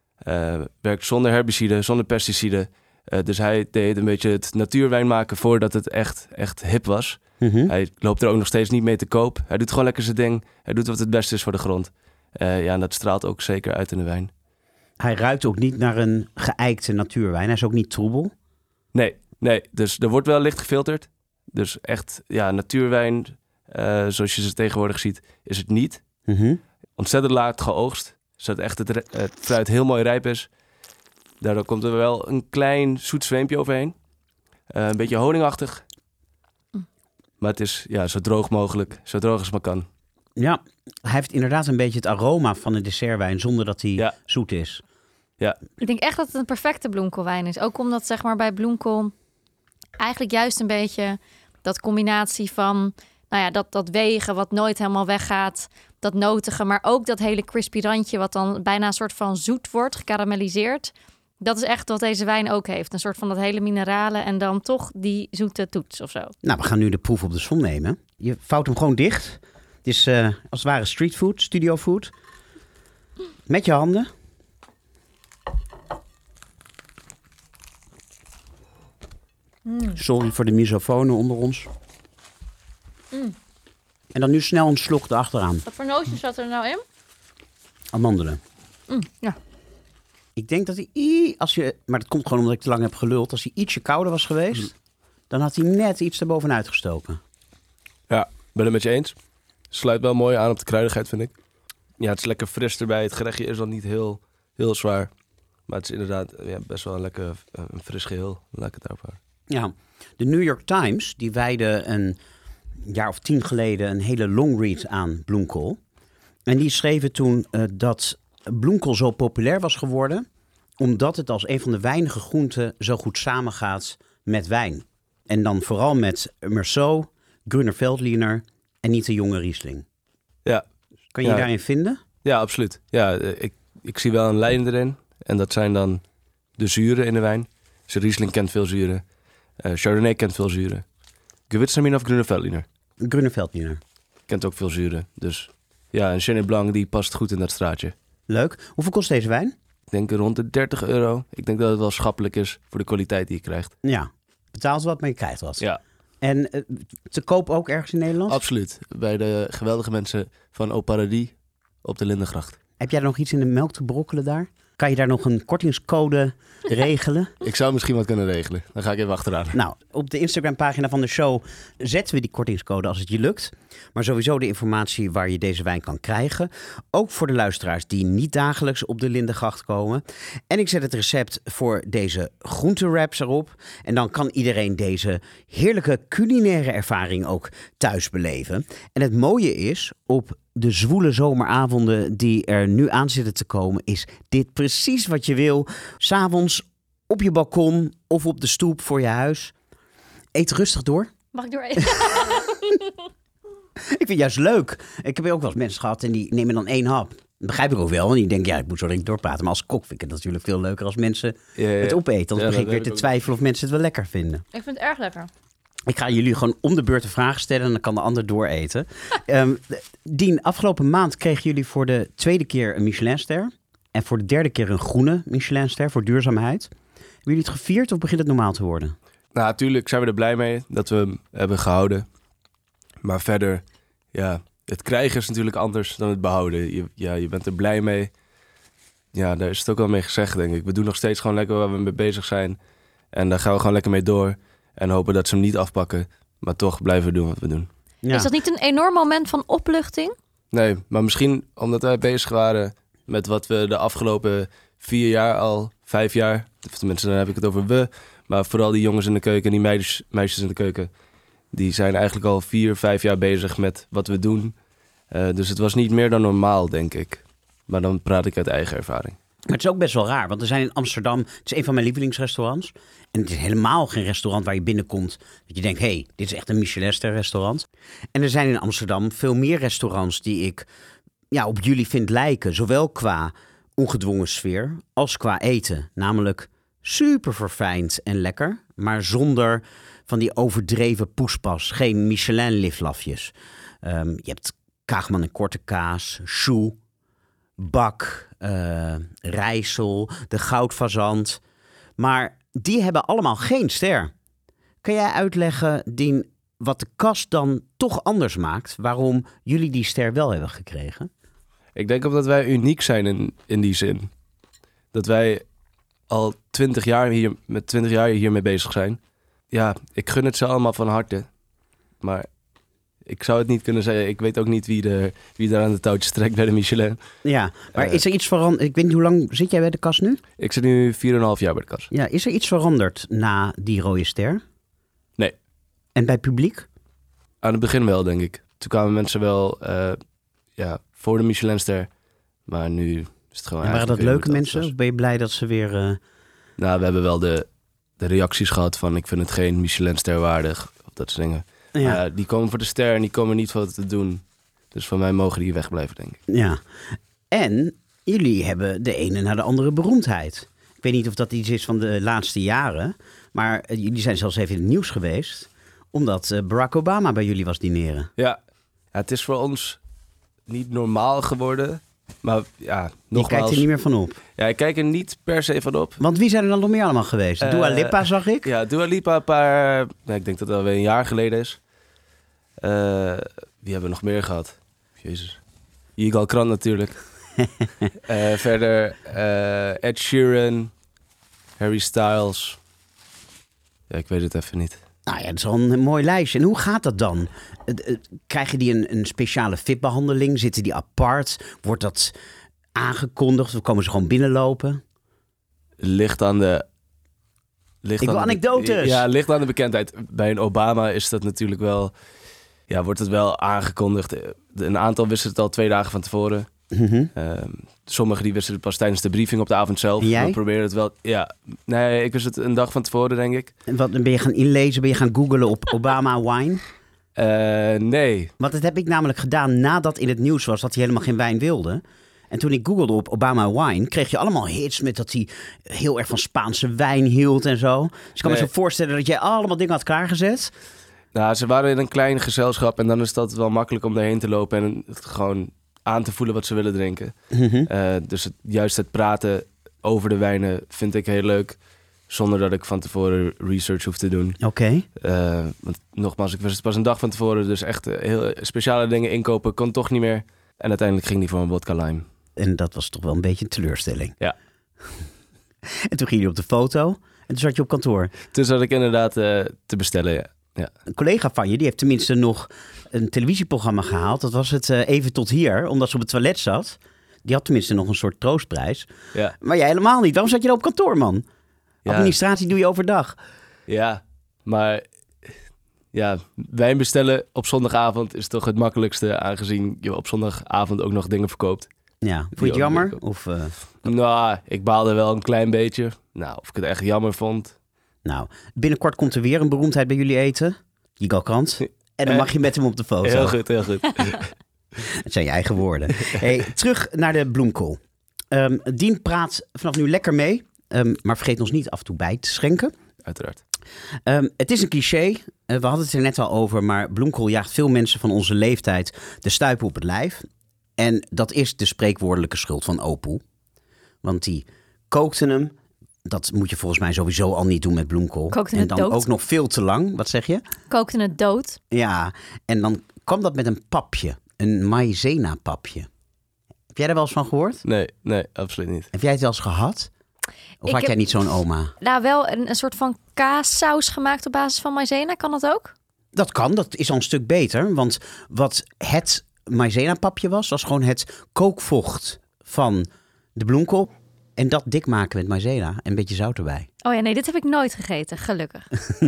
Werkt zonder herbiciden, zonder pesticiden. Dus hij deed een beetje het natuurwijn maken voordat het echt hip was. Hij loopt er ook nog steeds niet mee te koop. Hij doet gewoon lekker zijn ding. Hij doet wat het beste is voor de grond. En dat straalt ook zeker uit in de wijn. Hij ruikt ook niet naar een geëikte natuurwijn. Hij is ook niet troebel. Nee. Dus er wordt wel licht gefilterd. Dus echt, natuurwijn, zoals je ze tegenwoordig ziet, is het niet. Ontzettend laat geoogst. zodat echt het fruit heel mooi rijp is. Daardoor komt er wel een klein zoet zweempje overheen. Een beetje honingachtig. Maar het is zo droog mogelijk, zo droog als het maar kan. Ja, hij heeft inderdaad een beetje het aroma van een dessertwijn zonder dat hij zoet is. Ja. Ik denk echt dat het een perfecte bloemkoolwijn is. Ook omdat zeg maar bij bloemkool eigenlijk juist een beetje dat combinatie van dat wegen wat nooit helemaal weggaat. Dat notige, maar ook dat hele crispy randje wat dan bijna een soort van zoet wordt, gekarameliseerd. Dat is echt wat deze wijn ook heeft. Een soort van dat hele mineralen en dan toch die zoete toets of zo. Nou, we gaan nu de proef op de som nemen. Je vouwt hem gewoon dicht. Het is als het ware streetfood, studiofood. Met je handen. Sorry voor de misofonen onder ons. En dan nu snel een slok erachteraan. Wat voor nootjes zat er nou in? Amandelen. Ja. Ik denk dat hij, maar dat komt gewoon omdat ik te lang heb geluld. Als hij ietsje kouder was geweest, dan had hij net iets erbovenuit gestoken. Ja, ben het met je eens. Sluit wel mooi aan op de kruidigheid, vind ik. Ja, het is lekker fris erbij. Het gerechtje is dan niet heel zwaar. Maar het is inderdaad best wel een lekker een fris geheel. Laat ik het daarop houden. Ja, de New York Times die wijde een jaar of 10 geleden een hele longread aan bloemkool. En die schreven toen dat bloemkool zo populair was geworden omdat het als een van de weinige groenten zo goed samengaat met wijn. En dan vooral met Meursault, Grüner Veltliner en niet de jonge Riesling. Ja. Kan je daarin vinden? Ja, absoluut. Ja, ik zie wel een lijn erin. En dat zijn dan de zuren in de wijn. Dus Riesling kent veel zuren. Chardonnay kent veel zuren. Gewürztraminer of Grüner Veltliner? Grüner Veltliner. Kent ook veel zuren. Dus ja, een Chenin Blanc die past goed in dat straatje. Leuk. Hoeveel kost deze wijn? Ik denk rond de €30. Ik denk dat het wel schappelijk is voor de kwaliteit die je krijgt. Ja, betaalt wat, maar je krijgt wat. Ja. En te koop ook ergens in Nederland? Absoluut. Bij de geweldige mensen van Au Paradis op de Lindengracht. Heb jij nog iets in de melk te brokkelen daar? Kan je daar nog een kortingscode regelen? Ik zou misschien wat kunnen regelen. Dan ga ik even achteraan. Nou, op de Instagram-pagina van de show zetten we die kortingscode als het je lukt. Maar sowieso de informatie waar je deze wijn kan krijgen. Ook voor de luisteraars die niet dagelijks op de Lindengracht komen. En ik zet het recept voor deze groentewraps erop. En dan kan iedereen deze heerlijke culinaire ervaring ook thuis beleven. En het mooie is, op de zwoele zomeravonden die er nu aan zitten te komen, is dit precies wat je wil. 'S Avonds op je balkon of op de stoep voor je huis. Eet rustig door. Mag ik door eten? Ik vind het juist leuk. Ik heb ook wel eens mensen gehad en die nemen dan 1 hap. Dat begrijp ik ook wel. En die denken, ik moet zo direct doorpraten. Maar als kok vind ik het natuurlijk veel leuker als mensen het opeten. Dan begin ik weer te twijfelen of mensen het wel lekker vinden. Ik vind het erg lekker. Ik ga jullie gewoon om de beurt een vraag stellen en dan kan de ander dooreten. Dien, afgelopen maand kregen jullie voor de 2e keer een Michelinster. En voor de 3e keer een groene Michelinster voor duurzaamheid. Hebben jullie het gevierd of begint het normaal te worden? Nou, natuurlijk zijn we er blij mee dat we hem hebben gehouden. Maar verder, het krijgen is natuurlijk anders dan het behouden. Je bent er blij mee. Ja, daar is het ook wel mee gezegd, denk ik. We doen nog steeds gewoon lekker waar we mee bezig zijn. En daar gaan we gewoon lekker mee door. En hopen dat ze hem niet afpakken, maar toch blijven doen wat we doen. Ja. Is dat niet een enorm moment van opluchting? Nee, maar misschien omdat wij bezig waren met wat we de afgelopen 4 jaar al, 5 jaar... Tenminste, dan heb ik het over we. Maar vooral die jongens in de keuken en die meisjes in de keuken... die zijn eigenlijk al 4, 5 jaar bezig met wat we doen. Dus het was niet meer dan normaal, denk ik. Maar dan praat ik uit eigen ervaring. Maar het is ook best wel raar, want er zijn in Amsterdam... Het is een van mijn lievelingsrestaurants. En het is helemaal geen restaurant waar je binnenkomt... dat je denkt, dit is echt een Michelinster restaurant. En er zijn in Amsterdam veel meer restaurants die ik op jullie vind lijken. Zowel qua ongedwongen sfeer als qua eten. Namelijk super verfijnd en lekker, maar zonder van die overdreven poespas. Geen Michelin-liflafjes. Je hebt Kaagman en korte kaas, choux, bak, rijssel, de goudfazant. Maar die hebben allemaal geen ster. Kan jij uitleggen, Dien, wat de kast dan toch anders maakt? Waarom jullie die ster wel hebben gekregen? Ik denk omdat wij uniek zijn in die zin. Dat wij al 20 jaar hiermee bezig zijn. Ja, ik gun het ze allemaal van harte. Maar ik zou het niet kunnen zeggen. Ik weet ook niet wie daar aan de touwtjes trekt bij de Michelin. Ja, maar is er iets veranderd? Ik weet niet, hoe lang zit jij bij de kas nu? Ik zit nu 4,5 jaar bij de kas. Ja, is er iets veranderd na die rode ster? Nee. En bij publiek? Aan het begin wel, denk ik. Toen kwamen mensen wel voor de Michelinster. Maar nu is het gewoon... En waren dat eigenlijk leuke weer mensen? hoe Of ben je blij dat ze weer... Nou, we hebben wel de reacties gehad van... ik vind het geen Michelinster waardig. Of dat soort dingen. Ja. Die komen voor de ster en die komen niet voor het te doen. Dus voor mij mogen die wegblijven, denk ik. Ja. En jullie hebben de ene naar de andere beroemdheid. Ik weet niet of dat iets is van de laatste jaren. Maar jullie zijn zelfs even in het nieuws geweest. Omdat Barack Obama bij jullie was dineren. Ja, het is voor ons niet normaal geworden. Maar ja, Je nogmaals... kijkt er niet meer van op. Ja, ik kijk er niet per se van op. Want wie zijn er dan nog meer allemaal geweest? Dua Lipa zag ik. Ja, Dua Lipa ik denk dat het alweer een jaar geleden is. Wie hebben we nog meer gehad? Jezus. Yigal Krant natuurlijk. Verder Ed Sheeran, Harry Styles. Ja, ik weet het even niet. Nou ja, dat is al een mooi lijstje. En hoe gaat dat dan? Krijgen die een speciale VIP-behandeling? Zitten die apart? Wordt dat aangekondigd? Of komen ze gewoon binnenlopen? Ligt aan de... Ik wil anekdotes. Ja, ligt aan de bekendheid. Bij een Obama is dat natuurlijk wel... Ja, wordt het wel aangekondigd. Een aantal wisten het al 2 dagen van tevoren. Mm-hmm. Sommigen die wisten het pas tijdens de briefing op de avond zelf. En jij? We proberen het wel... Ja, nee, ik wist het een dag van tevoren, denk ik. En wat ben je gaan inlezen? Ben je gaan googlen op Obama wine? Nee. Want dat heb ik namelijk gedaan nadat in het nieuws was dat hij helemaal geen wijn wilde. En toen ik googelde op Obama wine, kreeg je allemaal hits met dat hij heel erg van Spaanse wijn hield en zo. Dus ik kan me zo voorstellen dat jij allemaal dingen had klaargezet. Nou, ze waren in een klein gezelschap en dan is dat wel makkelijk om daarheen te lopen en het gewoon aan te voelen wat ze willen drinken. Mm-hmm. Dus juist het praten over de wijnen vind ik heel leuk, zonder dat ik van tevoren research hoef te doen. Oké. Want nogmaals, ik wist het pas een dag van tevoren, dus echt heel speciale dingen inkopen kon toch niet meer. En uiteindelijk ging die voor een vodka lime. En dat was toch wel een beetje een teleurstelling. Ja. En toen ging je op de foto en toen zat je op kantoor. Toen zat ik inderdaad te bestellen, ja. Een collega van je, die heeft tenminste nog een televisieprogramma gehaald. Dat was het Even tot hier, omdat ze op het toilet zat. Die had tenminste nog een soort troostprijs. Ja. Maar jij helemaal niet. Waarom zat je dan op kantoor, man? Ja. Administratie doe je overdag. Ja, maar ja, wijn bestellen op zondagavond is toch het makkelijkste, aangezien je op zondagavond ook nog dingen verkoopt. Ja, vond je het jammer? Of, Nou, ik baalde wel een klein beetje. Nou, of ik het echt jammer vond. Nou, binnenkort komt er weer een beroemdheid bij jullie eten. Yigal Krant. En dan mag je met hem op de foto. Heel goed, heel goed. Dat zijn je eigen woorden. Hey, terug naar de bloemkool. Dien praat vanaf nu lekker mee. Maar vergeet ons niet af en toe bij te schenken. Uiteraard. Het is een cliché. We hadden het er net al over. Maar bloemkool jaagt veel mensen van onze leeftijd de stuipen op het lijf. En dat is de spreekwoordelijke schuld van Opoe. Want die kookten hem. Dat moet je volgens mij sowieso al niet doen met bloemkool. Kookten en het dan dood. ook nog veel te lang. Wat zeg je? Kookten het dood. Ja, en dan kwam dat met een papje. Een maïzena papje. Heb jij daar wel eens van gehoord? Nee, absoluut niet. Heb jij het wel eens gehad? Of had jij niet zo'n oma? Nou, wel een soort van kaassaus gemaakt op basis van maïzena. Kan dat ook? Dat kan, dat is al een stuk beter. Want wat het maïzena-papje was gewoon het kookvocht van de bloemkool. En dat dik maken met maïzena en een beetje zout erbij. Oh ja, nee, dit heb ik nooit gegeten, gelukkig.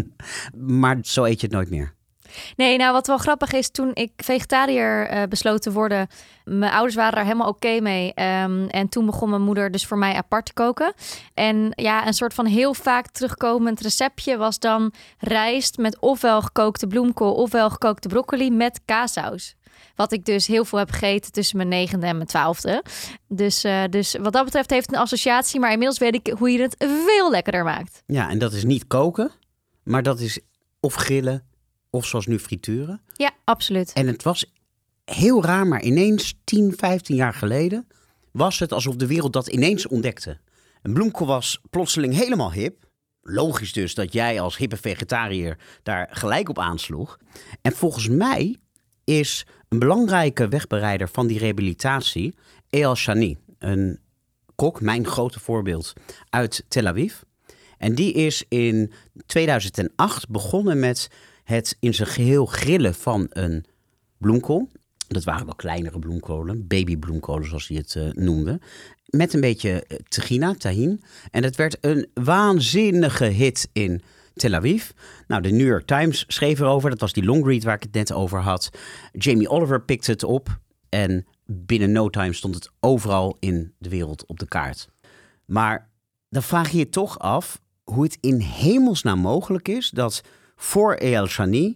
Maar zo eet je het nooit meer. Nee, nou wat wel grappig is, toen ik vegetariër besloot te worden, mijn ouders waren daar helemaal oké mee. En toen begon mijn moeder dus voor mij apart te koken. En ja, een soort van heel vaak terugkomend receptje was dan rijst met ofwel gekookte bloemkool ofwel gekookte broccoli met kaassaus. Wat ik dus heel veel heb gegeten tussen mijn 9e en mijn 12e. Dus wat dat betreft heeft het een associatie. Maar inmiddels weet ik hoe je het veel lekkerder maakt. Ja, en dat is niet koken, maar dat is of grillen of zoals nu frituren. Ja, absoluut. En het was heel raar, maar ineens 10, 15 jaar geleden was het alsof de wereld dat ineens ontdekte. Een bloemkool was plotseling helemaal hip. Logisch dus dat jij als hippe vegetariër daar gelijk op aansloeg. En volgens mij is een belangrijke wegbereider van die rehabilitatie Eyal Shani, een kok, mijn grote voorbeeld, uit Tel Aviv. En die is in 2008 begonnen met het in zijn geheel grillen van een bloemkool. Dat waren wel kleinere bloemkolen, babybloemkolen zoals hij het noemde. Met een beetje tahin. En het werd een waanzinnige hit in Tel Aviv. Nou, de New York Times schreef erover. Dat was die longread waar ik het net over had. Jamie Oliver pikte het op. En binnen no time stond het overal in de wereld op de kaart. Maar dan vraag je je toch af hoe het in hemelsnaam mogelijk is dat voor Eyal Shani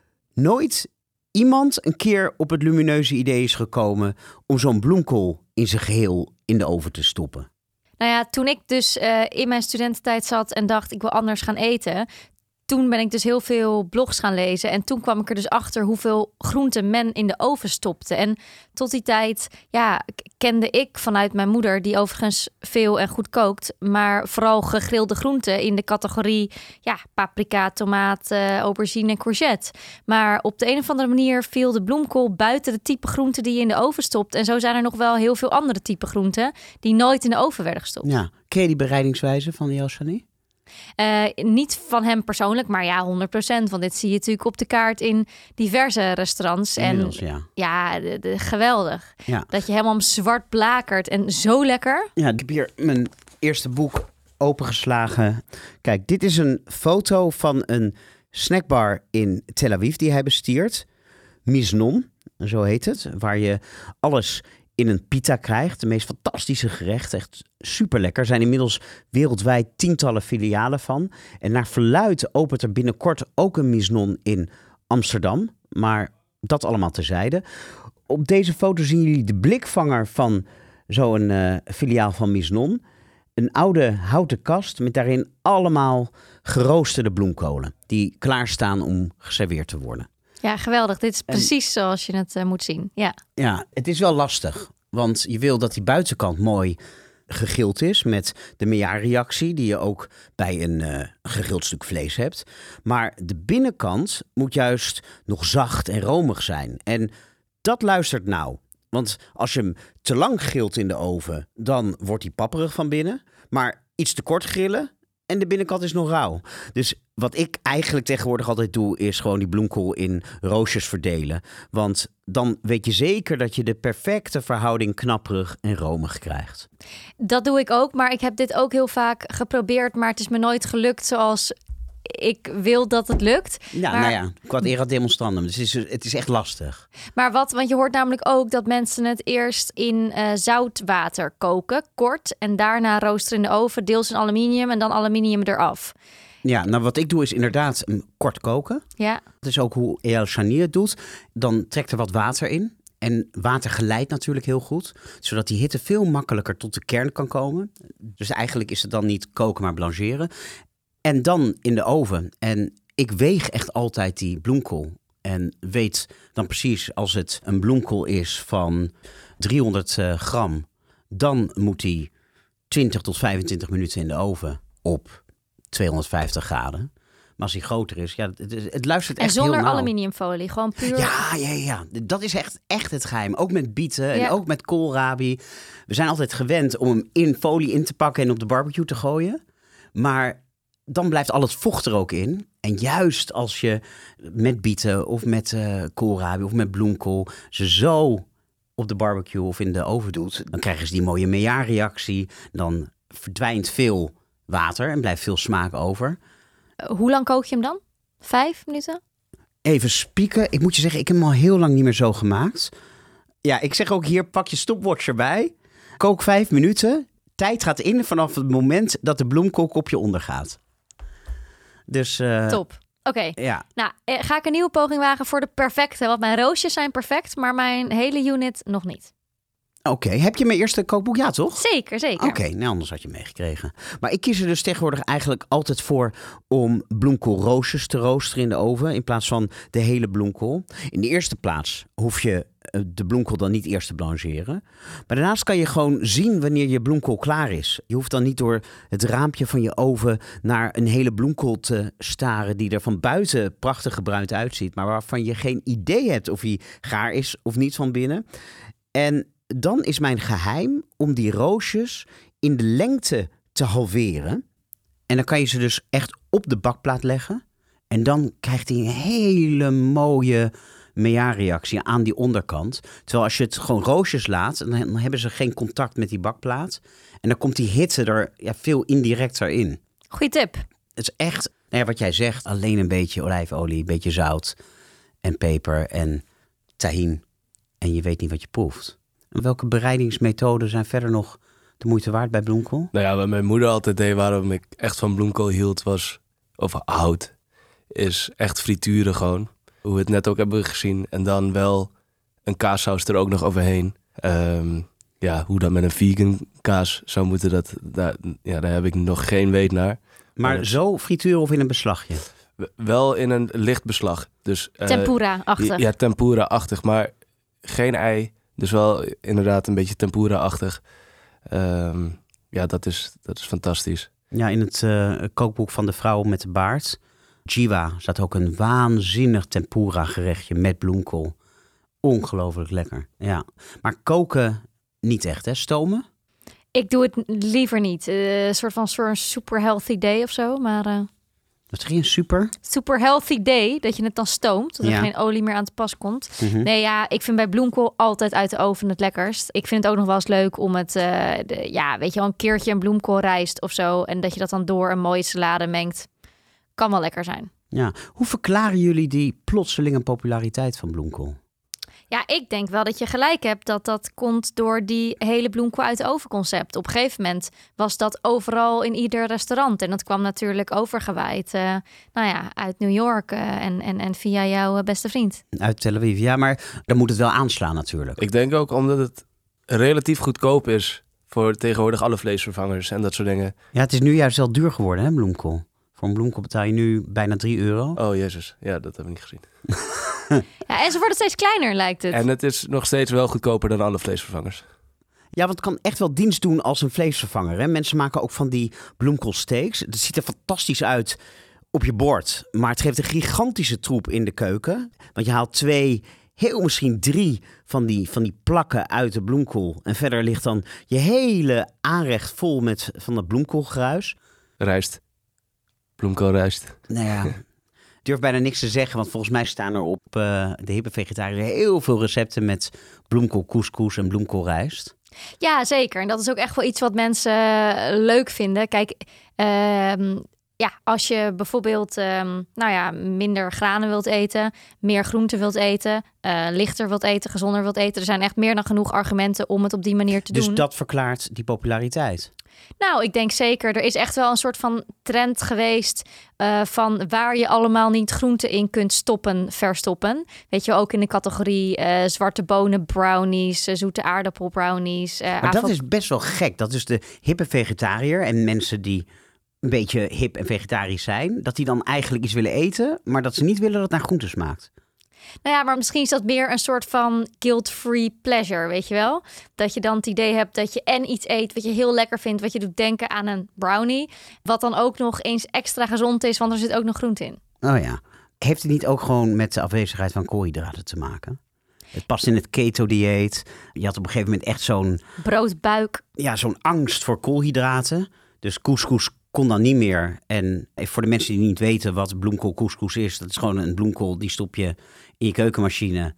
nooit iemand een keer op het lumineuze idee is gekomen om zo'n bloemkool in zijn geheel in de oven te stoppen. Nou ja, toen ik dus in mijn studententijd zat en dacht ik wil anders gaan eten, toen ben ik dus heel veel blogs gaan lezen. En toen kwam ik er dus achter hoeveel groenten men in de oven stopte. En tot die tijd, kende ik vanuit mijn moeder, die overigens veel en goed kookt, maar vooral gegrilde groenten in de categorie paprika, tomaat, aubergine en courgette. Maar op de een of andere manier viel de bloemkool buiten de type groenten die je in de oven stopt. En zo zijn er nog wel heel veel andere type groenten die nooit in de oven werden gestopt. Ja, ken je die bereidingswijze van Eyal Shani? Niet van hem persoonlijk, maar 100%. Want dit zie je natuurlijk op de kaart in diverse restaurants. Inmiddels, Geweldig. Ja. Dat je helemaal zwart blakert en zo lekker. Ja, ik heb hier mijn eerste boek opengeslagen. Kijk, dit is een foto van een snackbar in Tel Aviv die hij bestiert. Miznon, zo heet het. Waar je alles in een pita krijgt. De meest fantastische gerechten. Echt super lekker. Er zijn inmiddels wereldwijd tientallen filialen van. En naar verluidt opent er binnenkort ook een Miznon in Amsterdam. Maar dat allemaal terzijde. Op deze foto zien jullie de blikvanger van zo'n filiaal van Miznon. Een oude houten kast met daarin allemaal geroosterde bloemkolen. Die klaarstaan om geserveerd te worden. Ja, geweldig. Dit is precies zoals je het moet zien. Ja, het is wel lastig. Want je wil dat die buitenkant mooi gegild is met de Maillard-reactie die je ook bij een gegild stuk vlees hebt. Maar de binnenkant moet juist nog zacht en romig zijn. En dat luistert nauw. Want als je hem te lang gilt in de oven, dan wordt hij papperig van binnen. Maar iets te kort grillen en de binnenkant is nog rauw. Dus wat ik eigenlijk tegenwoordig altijd doe, is gewoon die bloemkool in roosjes verdelen. Want dan weet je zeker dat je de perfecte verhouding knapperig en romig krijgt. Dat doe ik ook, maar ik heb dit ook heel vaak geprobeerd, maar het is me nooit gelukt zoals ik wil dat het lukt. Ja, maar, quod erat demonstrandum. Dus het is echt lastig. Maar want je hoort namelijk ook dat mensen het eerst in zoutwater koken, kort, en daarna roosteren in de oven, deels in aluminium en dan aluminium eraf. Ja, nou wat ik doe is inderdaad kort koken. Ja. Dat is ook hoe Eyal Shani het doet. Dan trekt er wat water in. En water geleidt natuurlijk heel goed. Zodat die hitte veel makkelijker tot de kern kan komen. Dus eigenlijk is het dan niet koken, maar blancheren. En dan in de oven. En ik weeg echt altijd die bloemkool. En weet dan precies als het een bloemkool is van 300 gram. Dan moet die 20 tot 25 minuten in de oven op 250 graden. Maar als hij groter is, het luistert echt heel nauw. En zonder aluminiumfolie, gewoon puur. Ja. Dat is echt het geheim. Ook met bieten en ook met koolrabi. We zijn altijd gewend om hem in folie in te pakken en op de barbecue te gooien. Maar dan blijft al het vocht er ook in. En juist als je met bieten of met koolrabi of met bloemkool ze zo op de barbecue of in de oven doet, dan krijgen ze die mooie Maillard-reactie. Dan verdwijnt veel water en blijft veel smaak over. Hoe lang kook je hem dan? 5 minuten? Even spieken. Ik moet je zeggen, ik heb hem al heel lang niet meer zo gemaakt. Ja, ik zeg ook hier, pak je stopwatch erbij. Kook 5 minuten. Tijd gaat in vanaf het moment dat de bloemkoolkopje ondergaat. Dus top. Oké. Ja. Nou, ga ik een nieuwe poging wagen voor de perfecte. Want mijn roosjes zijn perfect, maar mijn hele unit nog niet. Oké, heb je mijn eerste kookboek? Ja, toch? Zeker. Oké, nou anders had je meegekregen. Maar ik kies er dus tegenwoordig eigenlijk altijd voor om bloemkoolroosjes te roosteren in de oven in plaats van de hele bloemkool. In de eerste plaats hoef je de bloemkool dan niet eerst te blancheren. Maar daarnaast kan je gewoon zien wanneer je bloemkool klaar is. Je hoeft dan niet door het raampje van je oven naar een hele bloemkool te staren die er van buiten prachtig gebruind uitziet, maar waarvan je geen idee hebt of hij gaar is of niet van binnen. En dan is mijn geheim om die roosjes in de lengte te halveren. En dan kan je ze dus echt op de bakplaat leggen. En dan krijgt hij een hele mooie Maillard-reactie aan die onderkant. Terwijl als je het gewoon roosjes laat, dan hebben ze geen contact met die bakplaat. En dan komt die hitte er veel indirecter in. Goeie tip. Het is echt, wat jij zegt, alleen een beetje olijfolie, een beetje zout en peper en tahin. En je weet niet wat je proeft. En welke bereidingsmethoden zijn verder nog de moeite waard bij bloemkool? Nou ja, wat mijn moeder altijd deed, waarom ik echt van bloemkool hield, is echt frituren gewoon. Hoe we het net ook hebben gezien. En dan wel een kaassaus er ook nog overheen. Hoe dat met een vegan kaas zou moeten, daar heb ik nog geen weet naar. Maar zo frituren of in een beslagje? Wel in een licht beslag. Dus, tempura-achtig. Ja, tempura-achtig, maar geen ei. Dus wel inderdaad een beetje tempura-achtig. Dat is fantastisch. Ja, in het kookboek van de vrouw met de baard, Jiwa, staat ook een waanzinnig tempura gerechtje met bloemkool. Ongelooflijk lekker. Ja. Maar koken niet echt, hè? Stomen? Ik doe het liever niet. Een soort van super healthy day of zo. Maar Wat zeg je, super? Super healthy day, dat je het dan stoomt. Dat er geen olie meer aan te pas komt. Mm-hmm. Nee, ja, ik vind bij bloemkool altijd uit de oven het lekkerst. Ik vind het ook nog wel eens leuk om het, een keertje een bloemkoolrijst of zo. En dat je dat dan door een mooie salade mengt. Kan wel lekker zijn. Ja. Hoe verklaren jullie die plotselinge populariteit van bloemkool? Ja, ik denk wel dat je gelijk hebt dat komt door die hele bloemkool uit de oven concept. Op een gegeven moment was dat overal in ieder restaurant. En dat kwam natuurlijk overgewaaid uit New York en via jouw beste vriend. Uit Tel Aviv, ja, maar dan moet het wel aanslaan natuurlijk. Ik denk ook omdat het relatief goedkoop is voor tegenwoordig alle vleesvervangers en dat soort dingen. Ja, het is nu juist wel duur geworden, hè, bloemkool. Voor een bloemkool betaal je nu bijna €3. Oh, jezus. Ja, dat heb ik niet gezien. Ja, en ze worden steeds kleiner, lijkt het. En het is nog steeds wel goedkoper dan alle vleesvervangers. Ja, want het kan echt wel dienst doen als een vleesvervanger. Hè? Mensen maken ook van die bloemkoolsteaks. Het ziet er fantastisch uit op je bord. Maar het geeft een gigantische troep in de keuken. Want je haalt 2, misschien 3 van die plakken uit de bloemkool. En verder ligt dan je hele aanrecht vol met van dat bloemkoolgruis. Rijst. Bloemkoolrijst. Nou ja, ik durf bijna niks te zeggen. Want volgens mij staan er op de hippe vegetariër heel veel recepten met bloemkoolcouscous en bloemkoolrijst. Ja, zeker. En dat is ook echt wel iets wat mensen leuk vinden. Kijk, als je bijvoorbeeld minder granen wilt eten, meer groenten wilt eten, lichter wilt eten, gezonder wilt eten. Er zijn echt meer dan genoeg argumenten om het op die manier te doen. Dus dat verklaart die populariteit? Nou, ik denk zeker. Er is echt wel een soort van trend geweest van waar je allemaal niet groenten in kunt verstoppen. Weet je, ook in de categorie zwarte bonen brownies, zoete aardappel brownies. Maar dat is best wel gek. Dat is de hippe vegetariër en mensen die een beetje hip en vegetarisch zijn, dat die dan eigenlijk iets willen eten, maar dat ze niet willen dat het naar groenten smaakt. Nou ja, maar misschien is dat meer een soort van guilt-free pleasure, weet je wel? Dat je dan het idee hebt dat je en iets eet wat je heel lekker vindt, wat je doet denken aan een brownie, wat dan ook nog eens extra gezond is, want er zit ook nog groente in. Oh ja. Heeft het niet ook gewoon met de afwezigheid van koolhydraten te maken? Het past in het keto-dieet. Je had op een gegeven moment echt zo'n broodbuik. Ja, zo'n angst voor koolhydraten. Dus couscous kon dan niet meer. En voor de mensen die niet weten wat bloemkoolcouscous is, dat is gewoon een bloemkool, die stop je in je keukenmachine.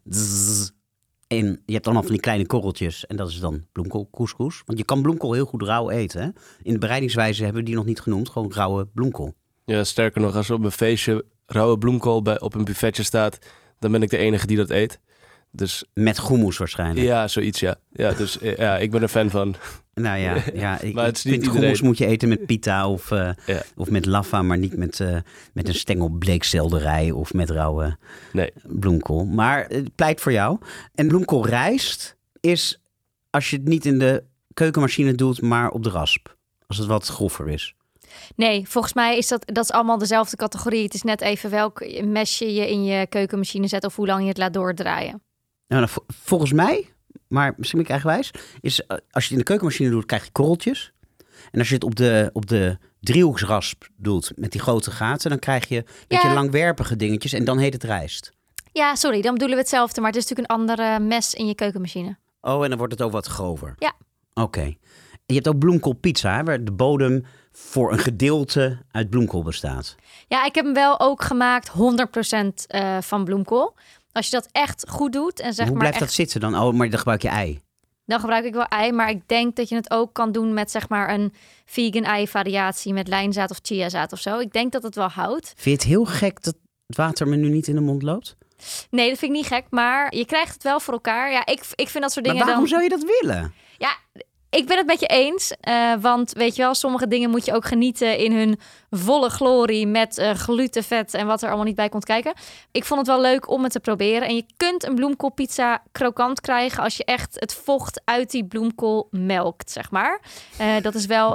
En je hebt allemaal van die kleine korreltjes. En dat is dan bloemkoolcouscous. Want je kan bloemkool heel goed rauw eten. Hè? In de bereidingswijze hebben we die nog niet genoemd. Gewoon rauwe bloemkool. Ja, sterker nog, als er op een feestje rauwe bloemkool op een buffetje staat, dan ben ik de enige die dat eet. Dus, met hummus waarschijnlijk. Ja, zoiets, ja. Ja, dus ik ben er fan van. Nou ja, ik maar het is vind niet hummus moet je eten met pita of met laffa, maar niet met een stengel bleekselderij of met rauwe bloemkool. Maar het pleit voor jou. En bloemkoolrijst is, als je het niet in de keukenmachine doet, maar op de rasp. Als het wat groffer is. Nee, volgens mij is dat is allemaal dezelfde categorie. Het is net even welk mesje je in je keukenmachine zet of hoe lang je het laat doordraaien. Nou, volgens mij, maar misschien ben ik eigenwijs, is als je het in de keukenmachine doet, krijg je korreltjes. En als je het op de driehoeksrasp doet met die grote gaten, dan krijg je een beetje langwerpige dingetjes en dan heet het rijst. Ja, sorry, dan bedoelen we hetzelfde, maar het is natuurlijk een andere mes in je keukenmachine. Oh, en dan wordt het ook wat grover. Ja. Oké. En je hebt ook bloemkoolpizza, hè, waar de bodem voor een gedeelte uit bloemkool bestaat. Ja, ik heb hem wel ook gemaakt 100% van bloemkool. Als je dat echt goed doet en zeg Hoe maar blijft echt, dat zitten dan? Oh, maar dan gebruik je ei. dan gebruik ik wel ei. Maar ik denk dat je het ook kan doen met zeg maar een vegan ei variatie met lijnzaad of chiazaad of zo. Ik denk dat het wel houdt. Vind je het heel gek dat het water me nu niet in de mond loopt? Nee, dat vind ik niet gek, maar je krijgt het wel voor elkaar. Ja, ik vind dat soort dingen Maar waarom dan... zou je dat willen? Ja, ik ben het met je eens. Want weet je wel, sommige dingen moet je ook genieten in hun volle glorie met gluten, vet en wat er allemaal niet bij komt kijken. Ik vond het wel leuk om het te proberen. En je kunt een bloemkoolpizza krokant krijgen als je echt het vocht uit die bloemkool melkt, zeg maar. Dat is wel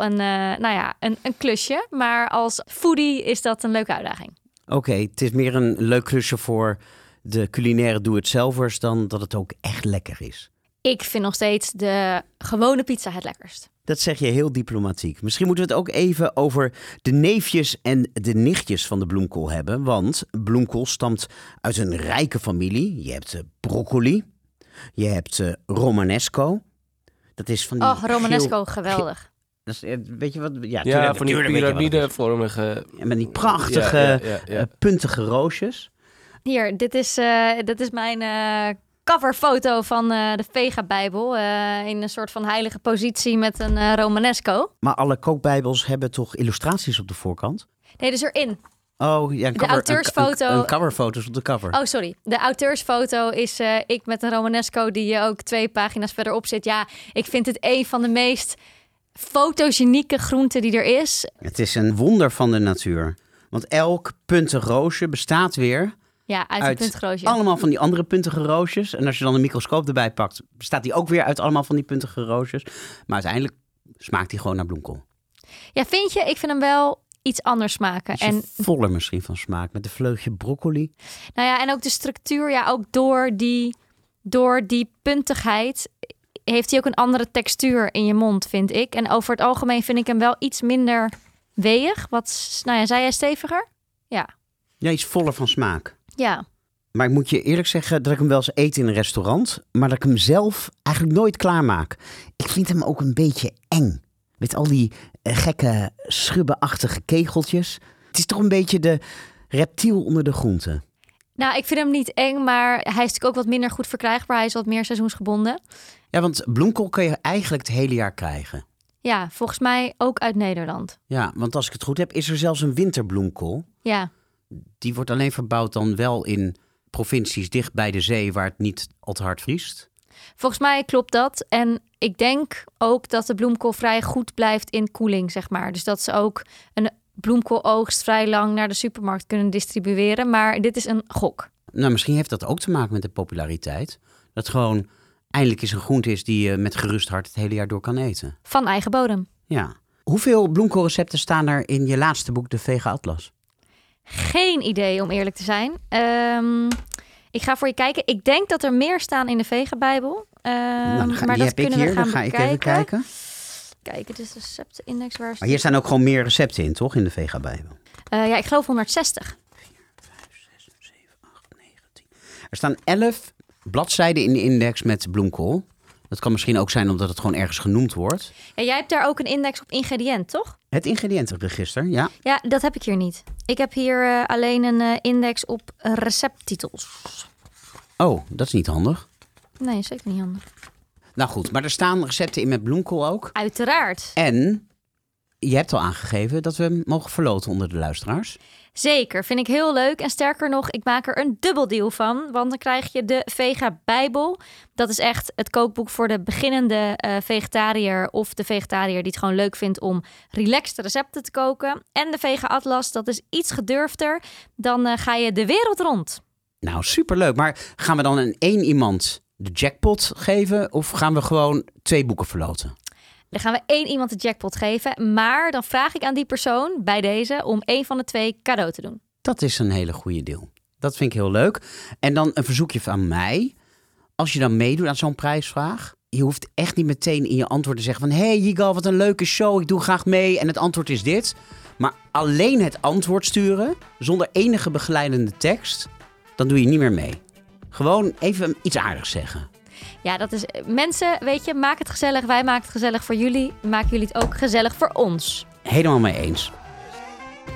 een klusje. Maar als foodie is dat een leuke uitdaging. Oké, het is meer een leuk klusje voor de culinaire doe-het-zelvers dan dat het ook echt lekker is. Ik vind nog steeds de gewone pizza het lekkerst. Dat zeg je heel diplomatiek. Misschien moeten we het ook even over de neefjes en de nichtjes van de bloemkool hebben. Want bloemkool stamt uit een rijke familie. Je hebt broccoli. Je hebt romanesco. Dat is van die romanesco, geweldig. Dat is, weet je wat? Ja, van die piramidevormige... En met die prachtige, puntige roosjes. Hier, dit is mijn coverfoto van de Vega-bijbel. In een soort van heilige positie met een romanesco. Maar alle kookbijbels hebben toch illustraties op de voorkant? Nee, dus erin. Oh, ja, De auteursfoto... Een coverfoto is op de cover. Oh, sorry. De auteursfoto is ik met een romanesco die ook 2 pagina's verderop zit. Ja, ik vind het een van de meest fotogenieke groenten die er is. Het is een wonder van de natuur. Want elk puntig roosje bestaat weer Ja, uit een puntig roosje. allemaal van die andere puntige roosjes. En als je dan een microscoop erbij pakt, bestaat die ook weer uit allemaal van die puntige roosjes. Maar uiteindelijk smaakt die gewoon naar bloemkool. Ja, vind je? Ik vind hem wel iets anders smaken. En voller misschien van smaak, met een vleugje broccoli. Nou ja, en ook de structuur, ja, ook door die puntigheid heeft hij ook een andere textuur in je mond, vind ik. En over het algemeen vind ik hem wel iets minder weeg. Zei jij steviger? Ja. Ja, iets voller van smaak. Ja. Maar ik moet je eerlijk zeggen dat ik hem wel eens eet in een restaurant, maar dat ik hem zelf eigenlijk nooit klaarmaak. Ik vind hem ook een beetje eng. Met al die gekke schubbenachtige kegeltjes. Het is toch een beetje de reptiel onder de groenten. Nou, ik vind hem niet eng, maar hij is natuurlijk ook wat minder goed verkrijgbaar. Hij is wat meer seizoensgebonden. Ja, want bloemkool kan je eigenlijk het hele jaar krijgen. Ja, volgens mij ook uit Nederland. Ja, want als ik het goed heb, is er zelfs een winterbloemkool. Ja. Die wordt alleen verbouwd dan wel in provincies dicht bij de zee waar het niet al te hard vriest. Volgens mij klopt dat. En ik denk ook dat de bloemkool vrij goed blijft in koeling, zeg maar. Dus dat ze ook een bloemkooloogst vrij lang naar de supermarkt kunnen distribueren. Maar dit is een gok. Nou, misschien heeft dat ook te maken met de populariteit. Dat gewoon eindelijk eens een groente is die je met gerust hart het hele jaar door kan eten. Van eigen bodem. Ja. Hoeveel bloemkoolrecepten staan er in je laatste boek, de Vega Atlas? Geen idee, om eerlijk te zijn. Ik ga voor je kijken. Ik denk dat er meer staan in de Vega-bijbel. Maar dat kunnen we gaan dan ga ik even kijken. Kijk, het is de receptenindex. Waar Maar hier staan ook gewoon meer recepten in, toch? In de Vega-bijbel. Ja, ik geloof 160. 4, 5, 6, 7, 8, 9, 10. Er staan 11 bladzijden in de index met bloemkool. Dat kan misschien ook zijn omdat het gewoon ergens genoemd wordt. Ja, jij hebt daar ook een index op ingrediënt, toch? Het ingrediëntenregister, ja. Ja, dat heb ik hier niet. Ik heb hier alleen een index op recepttitels. Oh, dat is niet handig. Nee, zeker niet handig. Nou goed, maar er staan recepten in met bloemkool ook. Uiteraard. En je hebt al aangegeven dat we hem mogen verloten onder de luisteraars. Zeker, vind ik heel leuk. En sterker nog, ik maak er een dubbeldeal van. Want dan krijg je de Vega-bijbel. Dat is echt het kookboek voor de beginnende vegetariër of de vegetariër die het gewoon leuk vindt om relaxed recepten te koken. En de Vega-atlas, dat is iets gedurfder. Dan ga je de wereld rond. Nou, superleuk. Maar gaan we dan aan 1 iemand de jackpot geven of gaan we gewoon 2 boeken verloten? Dan gaan we 1 iemand de jackpot geven. Maar dan vraag ik aan die persoon bij deze om 1 van de 2 cadeau te doen. Dat is een hele goede deal. Dat vind ik heel leuk. En dan een verzoekje van mij. Als je dan meedoet aan zo'n prijsvraag. Je hoeft echt niet meteen in je antwoord te zeggen van... Hey Yigal, wat een leuke show. Ik doe graag mee. En het antwoord is dit. Maar alleen het antwoord sturen. Zonder enige begeleidende tekst. Dan doe je niet meer mee. Gewoon even iets aardigs zeggen. Ja, dat is... Mensen, weet je, maak het gezellig. Wij maken het gezellig voor jullie. Maken jullie het ook gezellig voor ons. Helemaal mee eens.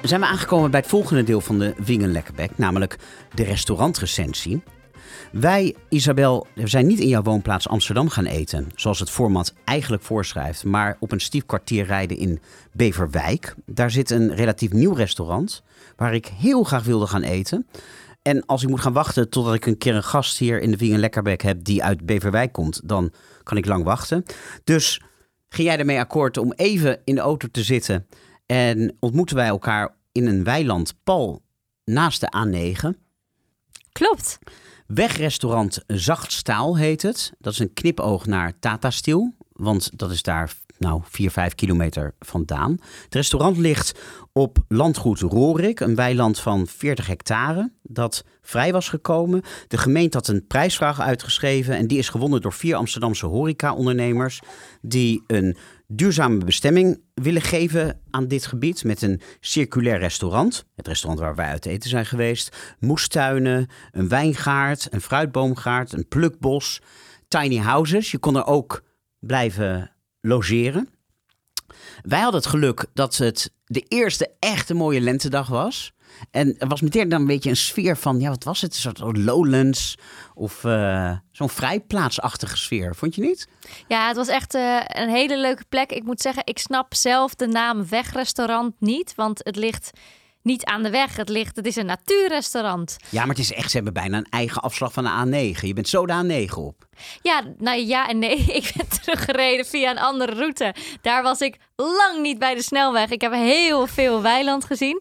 zijn we aangekomen bij het volgende deel van de Vegan Lekkerbek, namelijk de restaurantrecensie. Wij, Isabel, we zijn niet in jouw woonplaats Amsterdam gaan eten, zoals het format eigenlijk voorschrijft, maar op een stief kwartier rijden in Beverwijk. Daar zit een relatief nieuw restaurant waar ik heel graag wilde gaan eten. En als ik moet gaan wachten totdat ik een keer een gast hier in de Vegan Lekkerbek heb die uit Beverwijk komt, dan kan ik lang wachten. Dus ging jij ermee akkoord om even in de auto te zitten en ontmoeten wij elkaar in een weiland pal naast de A9. Klopt. Wegrestaurant Zacht Staal heet het. Dat is een knipoog naar Tata Steel, want dat is daar 4-5 kilometer vandaan. Het restaurant ligt op landgoed Rorik, een weiland van 40 hectare dat vrij was gekomen. De gemeente had een prijsvraag uitgeschreven en die is gewonnen door 4 Amsterdamse horeca-ondernemers die een duurzame bestemming willen geven aan dit gebied met een circulair restaurant. Het restaurant waar wij uit eten zijn geweest. Moestuinen, een wijngaard, een fruitboomgaard, een plukbos, tiny houses. Je kon er ook blijven logeren. Wij hadden het geluk dat het de eerste echte mooie lentedag was. En er was meteen dan een beetje een sfeer van, wat was het? Een soort Lowlands of zo'n vrijplaatsachtige sfeer. Vond je niet? Ja, het was echt een hele leuke plek. Ik moet zeggen, ik snap zelf de naam Wegrestaurant niet, want het ligt niet aan de weg. Het is een natuurrestaurant. Ja, maar het is echt, ze hebben bijna een eigen afslag van de A9. Je bent zo de A9 op. Ja, ja en nee. Ik ben teruggereden via een andere route. Daar was ik lang niet bij de snelweg. Ik heb heel veel weiland gezien.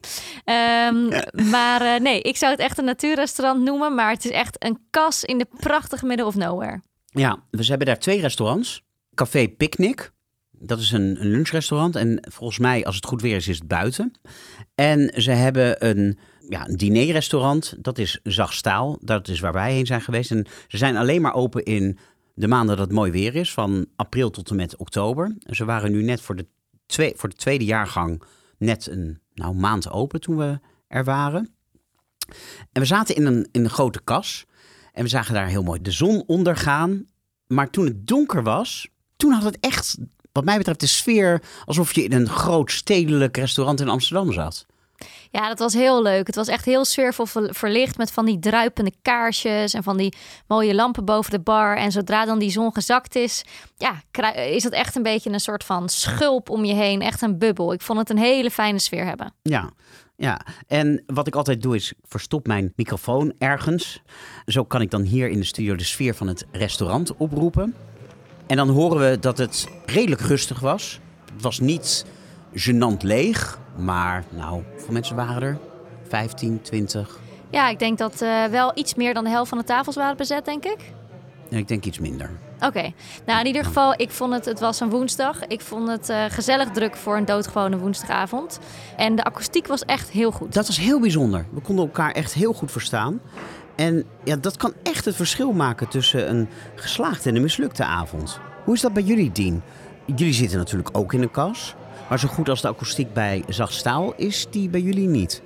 Maar nee, ik zou het echt een natuurrestaurant noemen. Maar het is echt een kas in de prachtige middle of nowhere. Ja, dus we hebben daar 2 restaurants. Café Picnic. Dat is een lunchrestaurant. En volgens mij, als het goed weer is het buiten. En ze hebben een dinerrestaurant. Dat is Zacht Staal. Dat is waar wij heen zijn geweest. En ze zijn alleen maar open in de maanden dat het mooi weer is. Van april tot en met oktober. Ze waren nu net voor de tweede jaargang net een maand open toen we er waren. En we zaten in een grote kas. En we zagen daar heel mooi de zon ondergaan. Maar toen het donker was, toen had het echt, wat mij betreft, de sfeer alsof je in een groot stedelijk restaurant in Amsterdam zat. Ja, dat was heel leuk. Het was echt heel sfeervol verlicht met van die druipende kaarsjes en van die mooie lampen boven de bar. En zodra dan die zon gezakt is, is het echt een beetje een soort van schulp om je heen. Echt een bubbel. Ik vond het een hele fijne sfeer hebben. Ja, en wat ik altijd doe is, ik verstop mijn microfoon ergens. Zo kan ik dan hier in de studio de sfeer van het restaurant oproepen. En dan horen we dat het redelijk rustig was. Het was niet gênant leeg, maar hoeveel mensen waren er? 15, 20? Ja, ik denk dat wel iets meer dan de helft van de tafels waren bezet, denk ik. Ja, ik denk iets minder. Oké. Nou, in ieder geval, ik vond het was een woensdag. Ik vond het gezellig druk voor een doodgewone woensdagavond. En de akoestiek was echt heel goed. Dat was heel bijzonder. We konden elkaar echt heel goed verstaan. En ja, dat kan echt het verschil maken tussen een geslaagde en een mislukte avond. Hoe is dat bij jullie, Dien? Jullie zitten natuurlijk ook in een kas. Maar zo goed als de akoestiek bij Zacht Staal is die bij jullie niet.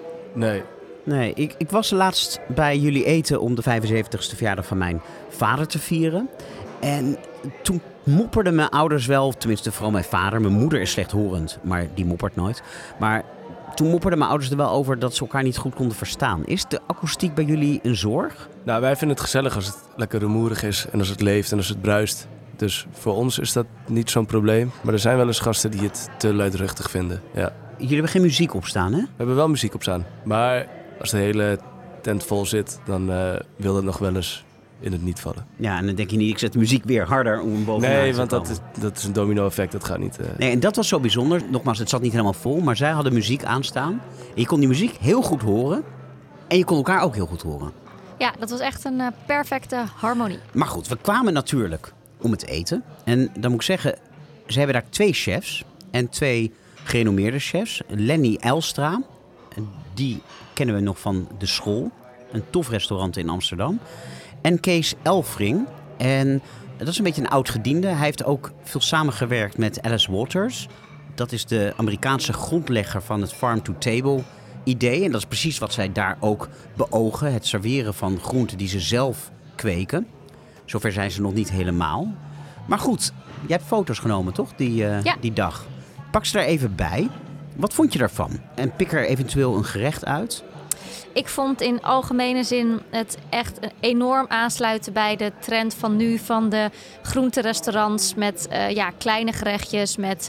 Nee, ik was laatst bij jullie eten om de 75ste verjaardag van mijn vader te vieren. En toen mopperden mijn ouders wel, tenminste vooral mijn vader. Mijn moeder is slechthorend, maar die moppert nooit. Maar toen mopperden mijn ouders er wel over dat ze elkaar niet goed konden verstaan. Is de akoestiek bij jullie een zorg? Nou, wij vinden het gezellig als het lekker rumoerig is en als het leeft en als het bruist. Dus voor ons is dat niet zo'n probleem. Maar er zijn wel eens gasten die het te luidruchtig vinden, ja. Jullie hebben geen muziek op staan, hè? We hebben wel muziek op staan. Maar als de hele tent vol zit, dan wil het nog wel eens in het niet vallen. Ja, en dan denk je niet, ik zet de muziek weer harder om hem bovenaan te Nee, want komen. dat is een domino-effect, dat gaat niet... Nee, en dat was zo bijzonder. Nogmaals, het zat niet helemaal vol, maar zij hadden muziek aanstaan. En je kon die muziek heel goed horen. En je kon elkaar ook heel goed horen. Ja, dat was echt een perfecte harmonie. Maar goed, we kwamen natuurlijk om het eten. En dan moet ik zeggen, ze hebben daar 2 chefs en 2 gerenommeerde chefs. Lenny Elstra, die kennen we nog van De School, een tof restaurant in Amsterdam. En Kees Elfring, en dat is een beetje een oud gediende. Hij heeft ook veel samengewerkt met Alice Waters. Dat is de Amerikaanse grondlegger van het farm-to-table idee. En dat is precies wat zij daar ook beogen. Het serveren van groenten die ze zelf kweken. Zover zijn ze nog niet helemaal. Maar goed, jij hebt foto's genomen, toch? Die dag. Pak ze er even bij. Wat vond je daarvan? En pik er eventueel een gerecht uit? Ik vond in algemene zin het echt enorm aansluiten bij de trend van nu van de groenterestaurants met kleine gerechtjes met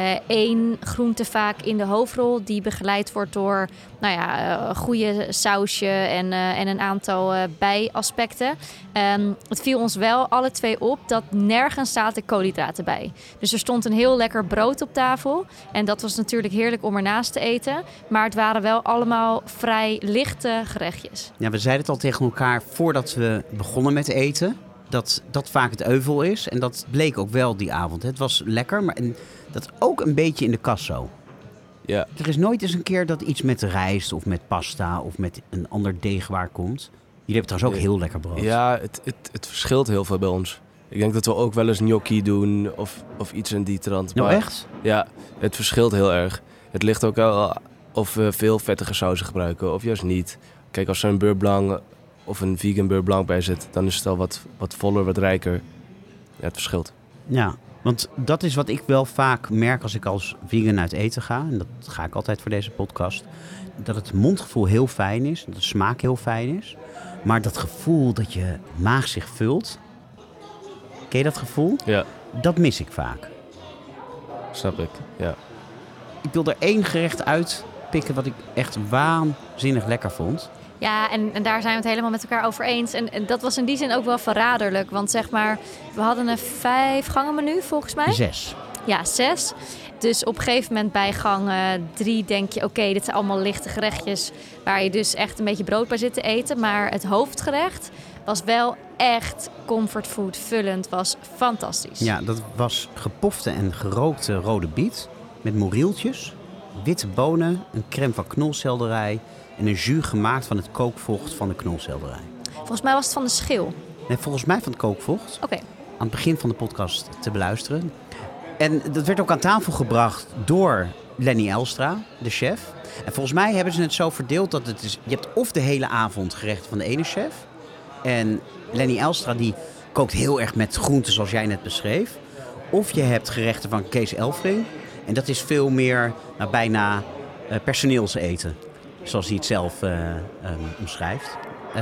1 groente vaak in de hoofdrol die begeleid wordt door een goede sausje en een aantal bijaspecten. Het viel ons wel alle 2 op dat nergens zaten koolhydraten bij. Dus er stond een heel lekker brood op tafel en dat was natuurlijk heerlijk om ernaast te eten. Maar het waren wel allemaal vrij lichte gerechtjes. Ja, we zeiden het al tegen elkaar voordat we begonnen met eten. Dat vaak het euvel is. En dat bleek ook wel die avond. Het was lekker, maar dat ook een beetje in de kas zo. Ja. Er is nooit eens een keer dat iets met rijst of met pasta of met een ander deegwaar komt. Jullie hebben trouwens ook heel lekker brood. Ja, het verschilt heel veel bij ons. Ik denk dat we ook wel eens gnocchi doen of iets in die trant. Nou maar, echt? Ja, het verschilt heel erg. Het ligt ook wel of we veel vettige sauzen gebruiken of juist niet. Kijk, als er een beurre blanc of een vegan beurre blanc bij zit, dan is het al wat voller, wat rijker. Ja, het verschilt. Ja, want dat is wat ik wel vaak merk als ik als vegan uit eten ga. En dat ga ik altijd voor deze podcast. Dat het mondgevoel heel fijn is, dat de smaak heel fijn is. Maar dat gevoel dat je maag zich vult, ken je dat gevoel? Ja. Dat mis ik vaak. Snap ik, ja. Ik wil er 1 gerecht uitpikken wat ik echt waanzinnig lekker vond. Ja, en daar zijn we het helemaal met elkaar over eens. En dat was in die zin ook wel verraderlijk. Want zeg maar, we hadden een 5 gangen menu volgens mij. 6. Ja, 6. Dus op een gegeven moment bij gang 3 denk je... oké, dit zijn allemaal lichte gerechtjes... waar je dus echt een beetje brood bij zit te eten. Maar het hoofdgerecht was wel echt comfortfood, vullend. Was fantastisch. Ja, dat was gepofte en gerookte rode biet met morieltjes, witte bonen, een crème van knolselderij en een jus gemaakt van het kookvocht van de knolselderij. Volgens mij was het van de schil. Nee, volgens mij van het kookvocht. Oké. Aan het begin van de podcast te beluisteren. En dat werd ook aan tafel gebracht door Lenny Elstra, de chef. En volgens mij hebben ze het zo verdeeld dat het is... Je hebt of de hele avond gerechten van de ene chef. En Lenny Elstra die kookt heel erg met groenten zoals jij net beschreef. Of je hebt gerechten van Kees Elfring. En dat is veel meer bijna personeelseten. Zoals hij het zelf omschrijft.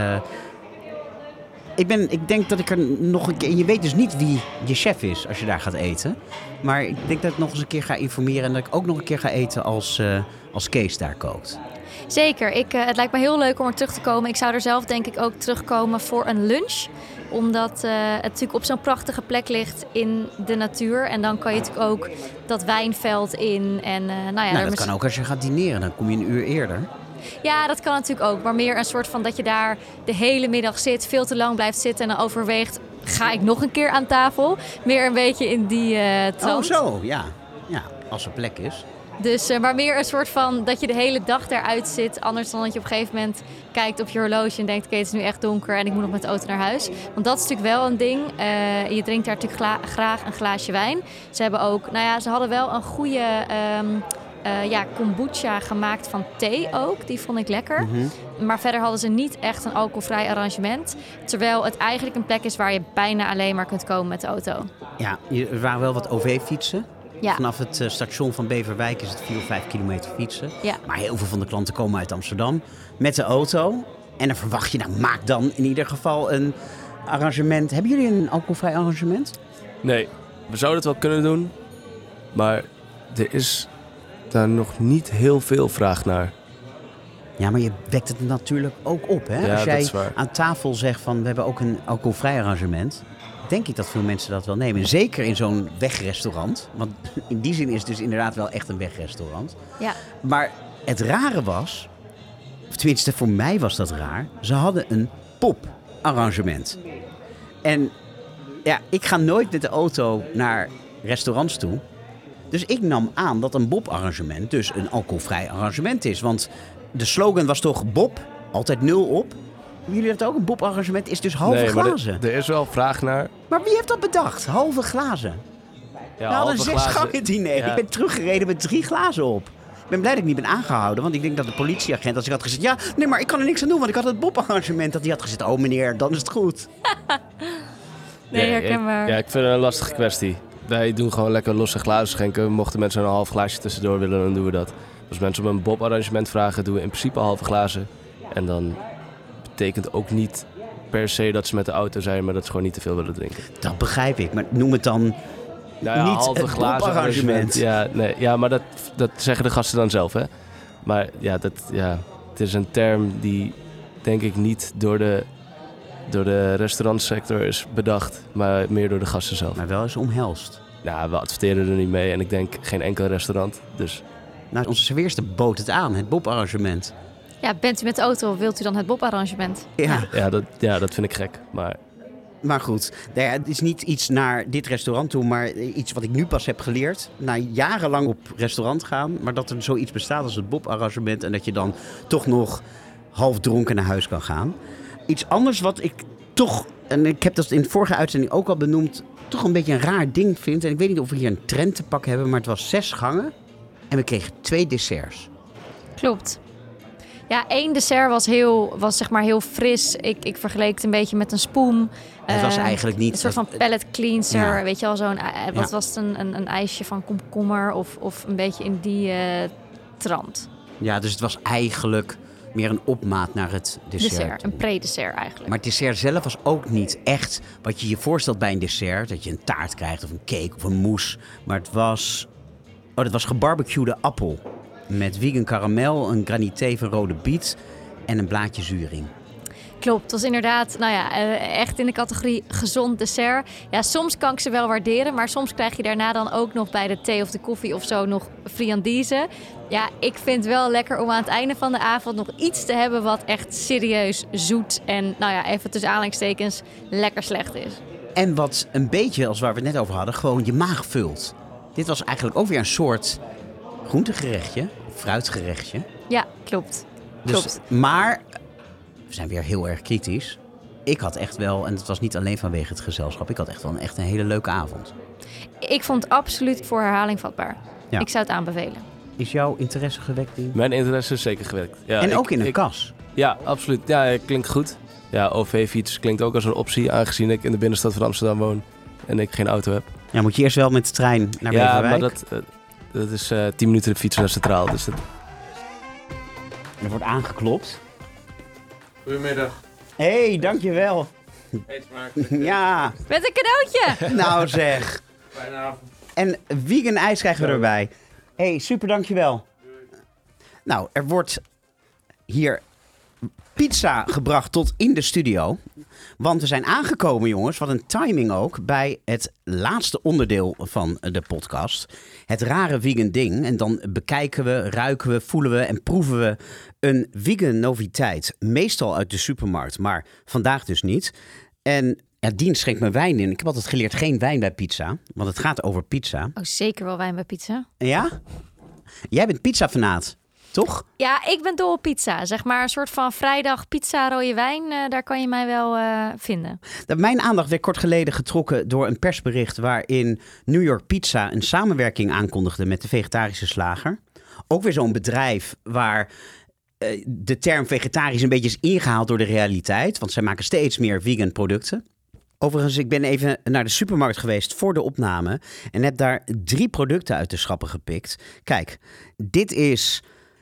Ik denk dat ik er nog een keer... Je weet dus niet wie je chef is als je daar gaat eten. Maar ik denk dat ik nog eens een keer ga informeren. En dat ik ook nog een keer ga eten als Kees daar kookt. Zeker. Het lijkt me heel leuk om er terug te komen. Ik zou er zelf denk ik ook terugkomen voor een lunch. Omdat het natuurlijk op zo'n prachtige plek ligt in de natuur. En dan kan je natuurlijk ook dat wijnveld in. En, dat kan ook als je gaat dineren. Dan kom je 1 uur eerder. Ja, dat kan natuurlijk ook. Maar meer een soort van dat je daar de hele middag zit, veel te lang blijft zitten en dan overweegt, ga ik nog een keer aan tafel? Meer een beetje in die trant. Oh zo, ja. Ja, als er plek is. Dus, maar meer een soort van dat je de hele dag eruit zit. Anders dan dat je op een gegeven moment kijkt op je horloge en denkt, oké, het is nu echt donker en ik moet nog met de auto naar huis. Want dat is natuurlijk wel een ding. Je drinkt daar natuurlijk graag een glaasje wijn. Ze hebben ook, ze hadden wel een goede... kombucha gemaakt van thee ook. Die vond ik lekker. Mm-hmm. Maar verder hadden ze niet echt een alcoholvrij arrangement. Terwijl het eigenlijk een plek is waar je bijna alleen maar kunt komen met de auto. Ja, er waren wel wat OV-fietsen. Ja. Vanaf het station van Beverwijk is het 4 of 5 kilometer fietsen. Ja. Maar heel veel van de klanten komen uit Amsterdam met de auto. En dan verwacht je, maak dan in ieder geval een arrangement. Hebben jullie een alcoholvrij arrangement? Nee, we zouden het wel kunnen doen. Maar er is daar nog niet heel veel vraag naar. Ja, maar je wekt het natuurlijk ook op, hè? Ja, als jij dat is waar. aan tafel zegt van, we hebben ook een alcoholvrij arrangement, denk ik dat veel mensen dat wel nemen. Zeker in zo'n wegrestaurant. Want in die zin is het dus inderdaad wel echt een wegrestaurant. Ja. Maar het rare was, of tenminste voor mij was dat raar, ze hadden een poparrangement. En ja, ik ga nooit met de auto naar restaurants toe. Dus ik nam aan dat een Bob-arrangement dus een alcoholvrij arrangement is. Want de slogan was toch Bob, altijd 0 op. Jullie dat ook? Een Bob-arrangement is dus halve glazen. Maar er is wel vraag naar. Maar wie heeft dat bedacht? Halve glazen. Ja, We hadden een halve 6 glazen. gangen diner. Ja. Ik ben teruggereden met 3 glazen op. Ik ben blij dat ik niet ben aangehouden. Want ik denk dat de politieagent, als ik had gezegd, ja, nee, maar ik kan er niks aan doen. Want ik had het Bob-arrangement. Dat hij had gezegd, oh meneer, dan is het goed. Nee, herkenbaar. Ja, ik vind het een lastige kwestie. wij doen gewoon lekker losse glazen schenken. Mochten mensen een half glaasje tussendoor willen, dan doen we dat. Als mensen om een Bob-arrangement vragen, doen we in principe halve glazen. En dan betekent ook niet per se dat ze met de auto zijn, maar dat ze gewoon niet te veel willen drinken. Dat begrijp ik, maar noem het dan Nou ja, niet halve het glazen Bob-arrangement. Ja, maar dat zeggen de gasten dan zelf, hè. Maar het is een term die denk ik niet door de restaurantsector is bedacht, maar meer door de gasten zelf. Maar wel eens omhelst. Nou, we adverteren er niet mee en ik denk geen enkel restaurant, dus... Nou, onze serveerster bood het aan, het Bob-arrangement. Ja, bent u met de auto, wilt u dan het Bob-arrangement? Ja. Dat vind ik gek, maar... Maar goed, nou ja, het is niet iets naar dit restaurant toe, maar iets wat ik nu pas heb geleerd. Na jarenlang op restaurant gaan, maar dat er zoiets bestaat als het Bob-arrangement en dat je dan toch nog half dronken naar huis kan gaan. Iets anders wat ik toch, en ik heb dat in de vorige uitzending ook al benoemd, toch een beetje een raar ding vind. En ik weet niet of we hier een trend te pakken hebben, maar het was 6 gangen en we kregen 2 desserts. Klopt. Ja, 1 dessert was zeg maar heel fris. Ik vergeleek het een beetje met een spoem. Het was eigenlijk niet... Een soort van palate cleanser. Ja. Weet je wel, wat was het? Een ijsje van komkommer of een beetje in die trant. Ja, dus het was eigenlijk meer een opmaat naar het dessert. Een pre-dessert eigenlijk. Maar het dessert zelf was ook niet echt wat je je voorstelt bij een dessert. Dat je een taart krijgt of een cake of een mousse. Maar het was gebarbecuede appel. Met vegan karamel, een granité van rode biet en een blaadje zuring. Klopt, het was inderdaad echt in de categorie gezond dessert. Ja, soms kan ik ze wel waarderen, maar soms krijg je daarna dan ook nog bij de thee of de koffie of zo nog friandise. Ja, ik vind het wel lekker om aan het einde van de avond nog iets te hebben wat echt serieus zoet en, even tussen aanhalingstekens, lekker slecht is. En wat een beetje, als waar we het net over hadden, gewoon je maag vult. Dit was eigenlijk ook weer een soort groentegerechtje, fruitgerechtje. Ja, klopt. Dus, maar we zijn weer heel erg kritisch. Ik had echt wel, en het was niet alleen vanwege het gezelschap, ik had echt wel een hele leuke avond. Ik vond het absoluut voor herhaling vatbaar. Ja. Ik zou het aanbevelen. Is jouw interesse gewekt in? Mijn interesse is zeker gewekt. Ja, en ook in een kas? Ja, absoluut. Ja, klinkt goed. Ja, OV-fiets klinkt ook als een optie, aangezien ik in de binnenstad van Amsterdam woon en ik geen auto heb. Ja, moet je eerst wel met de trein naar Beverwijk? Ja, maar dat is 10 minuten fietsen naar Centraal. Dus dat... Er wordt aangeklopt. Goedemiddag. Hé, dankjewel. Eet smakelijk. Ja, Met een cadeautje! nou zeg. Fijne avond. En vegan ijs krijgen we erbij. Hé, super, dankjewel. Nou, er wordt hier pizza gebracht tot in de studio. Want we zijn aangekomen, jongens, wat een timing ook, bij het laatste onderdeel van de podcast. Het rare vegan ding. En dan bekijken we, ruiken we, voelen we en proeven we een vegan noviteit. Meestal uit de supermarkt, maar vandaag dus niet. En ja, Dien schenkt me wijn in. Ik heb altijd geleerd geen wijn bij pizza, want het gaat over pizza. Oh, zeker wel wijn bij pizza. Ja? Jij bent pizzafanaat, toch? Ja, ik ben dol op pizza. Zeg maar een soort van vrijdag pizza rode wijn. Daar kan je mij wel vinden. Mijn aandacht werd kort geleden getrokken door een persbericht waarin New York Pizza een samenwerking aankondigde met de vegetarische slager. Ook weer zo'n bedrijf waar de term vegetarisch een beetje is ingehaald door de realiteit. Want zij maken steeds meer vegan producten. Overigens, ik ben even naar de supermarkt geweest voor de opname en heb daar 3 producten uit de schappen gepikt. Kijk, dit is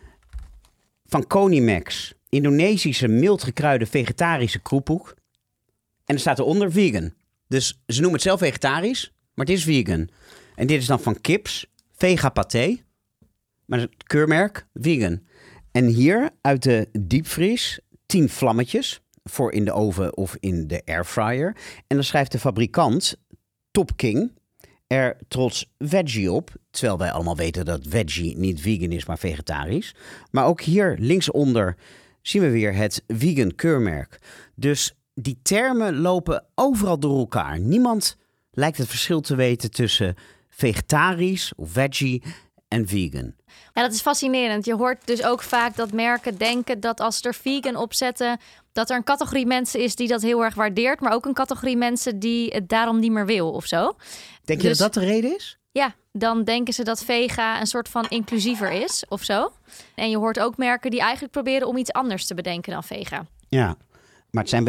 van Konimax, Indonesische mild gekruide vegetarische kroephoek. En er staat eronder vegan. Dus ze noemen het zelf vegetarisch, maar het is vegan. En dit is dan van Kips, Vega Paté, maar het keurmerk vegan. En hier uit de diepvries 10 vlammetjes voor in de oven of in de airfryer. En dan schrijft de fabrikant Top King er trots veggie op. Terwijl wij allemaal weten dat veggie niet vegan is, maar vegetarisch. Maar ook hier linksonder zien we weer het vegan keurmerk. Dus die termen lopen overal door elkaar. Niemand lijkt het verschil te weten tussen vegetarisch of veggie en vegan. Ja, dat is fascinerend. Je hoort dus ook vaak dat merken denken dat als ze er vegan op zetten, dat er een categorie mensen is die dat heel erg waardeert, maar ook een categorie mensen die het daarom niet meer wil of zo. Denk je dat dat de reden is? Ja, dan denken ze dat vega een soort van inclusiever is of zo. En je hoort ook merken die eigenlijk proberen om iets anders te bedenken dan vega. Ja, maar het zijn wel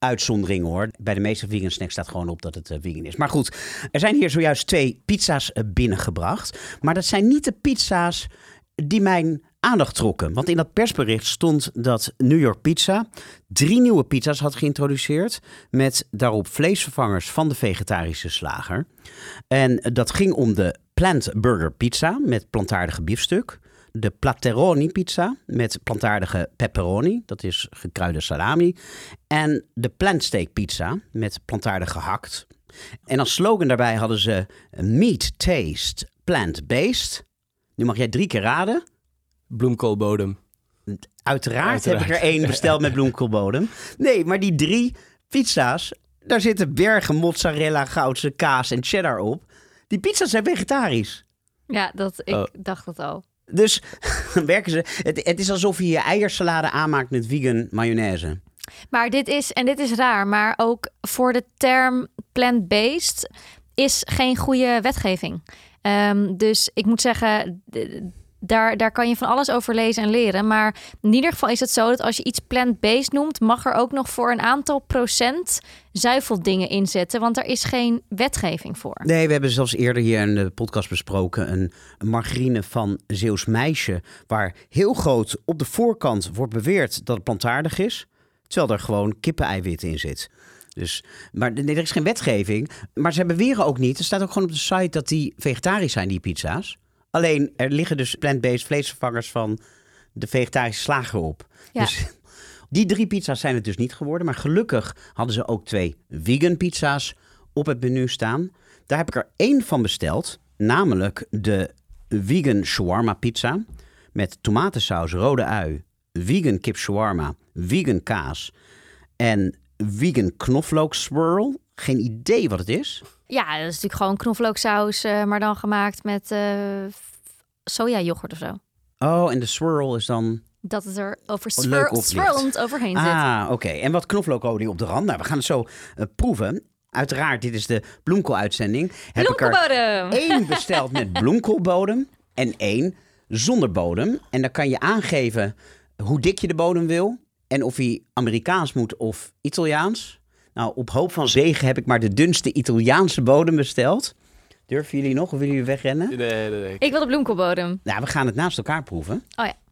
uitzonderingen hoor. Bij de meeste vegan snacks staat gewoon op dat het vegan is. Maar goed, er zijn hier zojuist 2 pizza's binnengebracht. Maar dat zijn niet de pizza's die mijn aandacht trokken. Want in dat persbericht stond dat New York Pizza 3 nieuwe pizza's had geïntroduceerd met daarop vleesvervangers van de vegetarische slager. En dat ging om de Plant Burger Pizza met plantaardige biefstuk. De Platteroni pizza met plantaardige pepperoni, dat is gekruide salami. En de Plant Steak pizza met plantaardig gehakt. En als slogan daarbij hadden ze Meat Taste Plant-Based. Nu mag jij 3 keer raden. Bloemkoolbodem. Uiteraard heb ik er 1 besteld met bloemkoolbodem. Nee, maar die 3 pizza's, daar zitten bergen mozzarella, goudse kaas en cheddar op. Die pizza's zijn vegetarisch. Ja, ik dacht dat al. Dus werken ze. Het is alsof je eiersalade aanmaakt met vegan mayonaise. Maar dit is raar, maar ook voor de term plant-based is geen goede wetgeving. Dus ik moet zeggen, daar kan je van alles over lezen en leren. Maar in ieder geval is het zo dat als je iets plant-based noemt, mag er ook nog voor een aantal procent zuiveldingen inzetten. Want er is geen wetgeving voor. Nee, we hebben zelfs eerder hier in de podcast besproken een margarine van Zeeuws Meisje, waar heel groot op de voorkant wordt beweerd dat het plantaardig is, terwijl er gewoon kippeneiwit in zit. Dus, maar nee, er is geen wetgeving. Maar ze beweren ook niet, er staat ook gewoon op de site dat die vegetarisch zijn, die pizza's. Alleen, er liggen dus plant-based vleesvervangers van de vegetarische slager op. Ja. Dus die 3 pizza's zijn het dus niet geworden. Maar gelukkig hadden ze ook 2 vegan pizza's op het menu staan. Daar heb ik er 1 van besteld. Namelijk de vegan shawarma pizza. Met tomatensaus, rode ui, vegan kip shawarma, vegan kaas en vegan knoflook swirl. Geen idee wat het is. Ja, dat is natuurlijk gewoon knoflooksaus, maar dan gemaakt met sojayoghurt of zo. Oh, en de swirl is dan Dat het er leuk oplicht. swirlend overheen zit. Ah, oké. En wat knoflookolie op de rand. Nou, we gaan het zo proeven. Uiteraard, dit is de bloemkooluitzending. Heb ik er Bloemkoolbodem! 1 besteld met bloemkoolbodem en 1 zonder bodem. En dan kan je aangeven hoe dik je de bodem wil en of hij Amerikaans moet of Italiaans. Nou, op hoop van zegen heb ik maar de dunste Italiaanse bodem besteld. Durven jullie nog of willen jullie wegrennen? Nee. Ik wil de bloemkoolbodem. Nou, we gaan het naast elkaar proeven. Oh ja.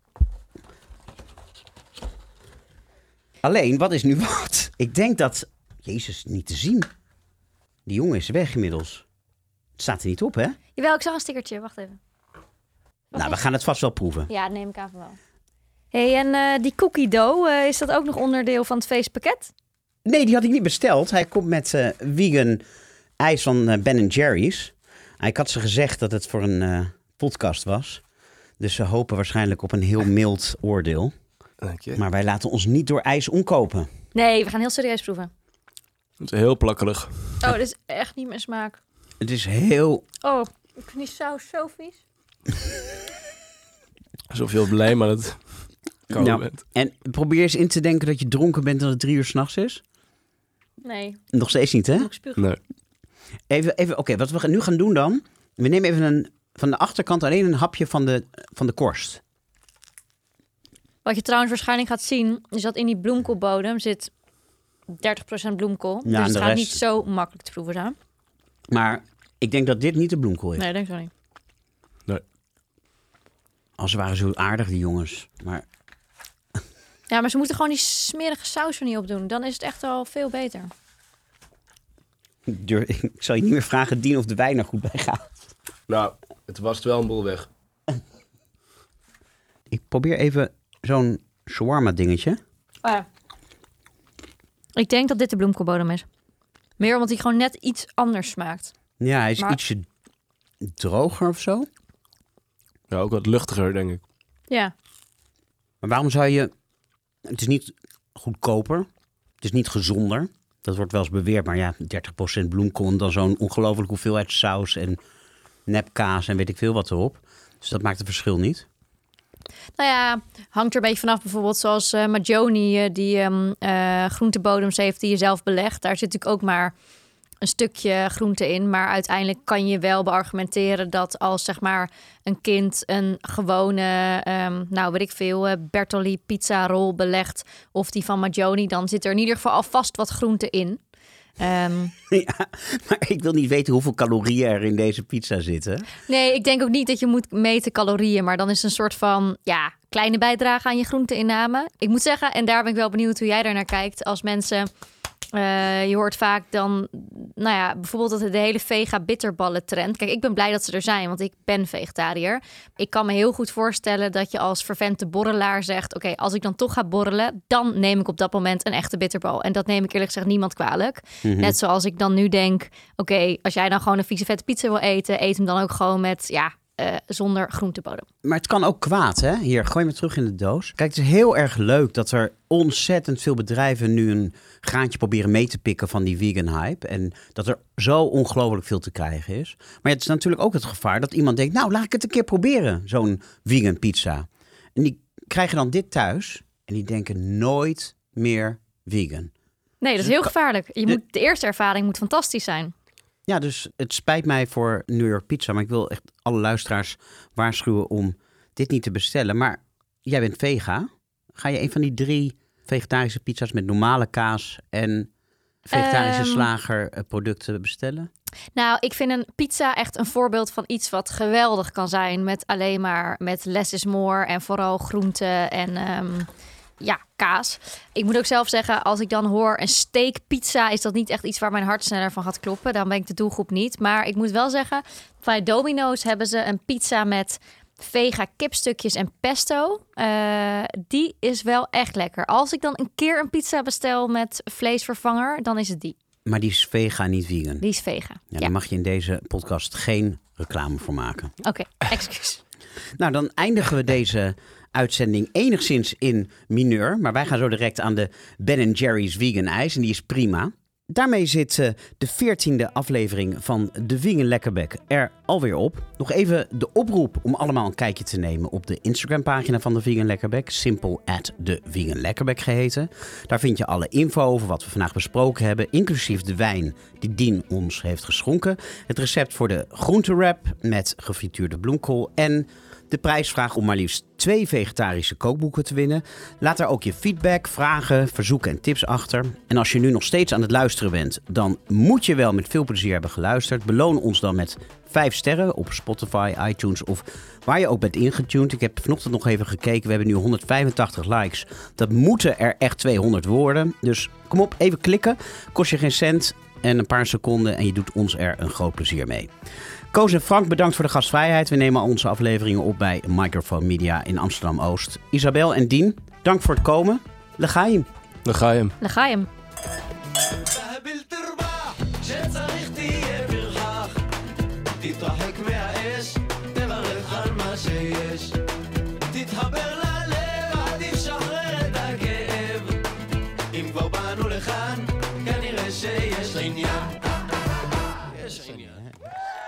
Alleen, wat is nu wat? Ik denk dat... Jezus, niet te zien. Die jongen is weg inmiddels. Het staat er niet op, hè? Jawel, ik zag een stickertje. Wacht even. Nou, we gaan het vast wel proeven. Ja, neem ik aan van wel. Hey, en die cookie dough, is dat ook nog onderdeel van het feestpakket? Nee, die had ik niet besteld. Hij komt met vegan ijs van Ben Jerry's. Ik had ze gezegd dat het voor een podcast was. Dus ze hopen waarschijnlijk op een heel mild oordeel. Dank je. Maar wij laten ons niet door ijs omkopen. Nee, we gaan heel serieus proeven. Het is heel plakkerig. Oh, dit is echt niet mijn smaak. Het is heel... Oh, ik vind die saus zo vies. Alsof je heel blij maar het kouden Nou, bent. en probeer eens in te denken dat je dronken bent en dat het 3 uur 's nachts is. Nee, Nog steeds niet, hè? ik spuug. Nee. Even oké, wat we nu gaan doen dan... We nemen even van de achterkant alleen een hapje van de korst. Wat je trouwens waarschijnlijk gaat zien, is dat in die bloemkoolbodem zit 30% bloemkool. Ja, dus en het de gaat rest- niet zo makkelijk te proeven zijn. Maar ik denk dat dit niet de bloemkool is. Nee, denk ik zo niet. Als ze waren zo aardig, die jongens. Maar Ja, maar ze moeten gewoon die smerige saus er niet op doen. Dan is het echt al veel beter. ik zal je niet meer vragen, Dien, of de wijn er goed bij gaat. Nou, het was wel een boel weg. Ik probeer even zo'n shawarma dingetje. Oh ja. Ik denk dat dit de bloemkoolbodem is. Meer omdat hij gewoon net iets anders smaakt. Ja, hij is Maar- ietsje droger of zo. Ja, ook wat luchtiger, denk ik. Ja. Maar waarom zou je... Het is niet goedkoper. Het is niet gezonder. Dat wordt wel eens beweerd. Maar ja, 30% bloemkool en dan zo'n ongelooflijke hoeveelheid saus en nepkaas en weet ik veel wat erop. Dus dat maakt het verschil niet. Nou ja, hangt er een beetje vanaf. Bijvoorbeeld zoals Majoni, die groentebodems heeft die je zelf belegt. Daar zit natuurlijk ook maar een stukje groente in. Maar uiteindelijk kan je wel beargumenteren dat als zeg maar een kind een gewone, weet ik veel, Bertolli pizza roll belegt of die van Maggioni, dan zit er in ieder geval alvast wat groente in. Ja, maar ik wil niet weten hoeveel calorieën er in deze pizza zitten. Nee, ik denk ook niet dat je moet meten calorieën, maar dan is het een soort van kleine bijdrage aan je groenteinname. Ik moet zeggen, en daar ben ik wel benieuwd hoe jij daar naar kijkt, als mensen... je hoort vaak dan, bijvoorbeeld dat de hele vega bitterballen trend. Kijk, ik ben blij dat ze er zijn, want ik ben vegetariër. Ik kan me heel goed voorstellen dat je als fervente borrelaar zegt... oké, als ik dan toch ga borrelen, dan neem ik op dat moment een echte bitterbal. En dat neem ik eerlijk gezegd niemand kwalijk. Mm-hmm. Net zoals ik dan nu denk, oké, als jij dan gewoon een vieze vette pizza wil eten, eet hem dan ook gewoon met, zonder groentebodem. Maar het kan ook kwaad, hè? Hier, gooi me terug in de doos. Kijk, het is heel erg leuk dat er ontzettend veel bedrijven nu een graantje proberen mee te pikken van die vegan hype. En dat er zo ongelooflijk veel te krijgen is. Maar het is natuurlijk ook het gevaar dat iemand denkt, nou, laat ik het een keer proberen, zo'n vegan pizza. En die krijgen dan dit thuis en die denken nooit meer vegan. Nee, dat is heel gevaarlijk. De eerste ervaring moet fantastisch zijn. Ja, dus het spijt mij voor New York Pizza, maar ik wil echt alle luisteraars waarschuwen om dit niet te bestellen. Maar jij bent vega. Ga je een van die 3 vegetarische pizza's met normale kaas en vegetarische slagerproducten bestellen? Nou, ik vind een pizza echt een voorbeeld van iets wat geweldig kan zijn met alleen maar met less is more en vooral groenten en kaas. Ik moet ook zelf zeggen, als ik dan hoor een steakpizza, is dat niet echt iets waar mijn hart sneller van gaat kloppen. Dan ben ik de doelgroep niet. Maar ik moet wel zeggen, bij Domino's hebben ze een pizza met vega kipstukjes en pesto. Die is wel echt lekker. Als ik dan een keer een pizza bestel met vleesvervanger, dan is het die. Maar die is vega, niet vegan? Die is vega, ja. Daar mag je in deze podcast geen reclame voor maken. Oké, excuus. Nou, dan eindigen we deze uitzending enigszins in mineur. Maar wij gaan zo direct aan de Ben & Jerry's Vegan IJs. En die is prima. Daarmee zit de 14e aflevering van de Vegan Lekkerbek er alweer op. Nog even de oproep om allemaal een kijkje te nemen op de Instagram-pagina van de Vegan Lekkerbek. Simpel @de Vegan Lekkerbek geheten. Daar vind je alle info over wat we vandaag besproken hebben. Inclusief de wijn die Dien ons heeft geschonken. Het recept voor de groentewrap met gefrituurde bloemkool. En de prijsvraag om maar liefst 2 vegetarische kookboeken te winnen. Laat daar ook je feedback, vragen, verzoeken en tips achter. En als je nu nog steeds aan het luisteren bent, dan moet je wel met veel plezier hebben geluisterd. Beloon ons dan met 5 sterren op Spotify, iTunes of waar je ook bent ingetuned. Ik heb vanochtend nog even gekeken. We hebben nu 185 likes. Dat moeten er echt 200 worden. Dus kom op, even klikken. Kost je geen cent en een paar seconden en je doet ons er een groot plezier mee. Koos en Frank, bedankt voor de gastvrijheid. We nemen onze afleveringen op bij Microphone Media in Amsterdam-Oost. Isabel en Dien, dank voor het komen. L'chaim. L'chaim. L'chaim. יש עניין.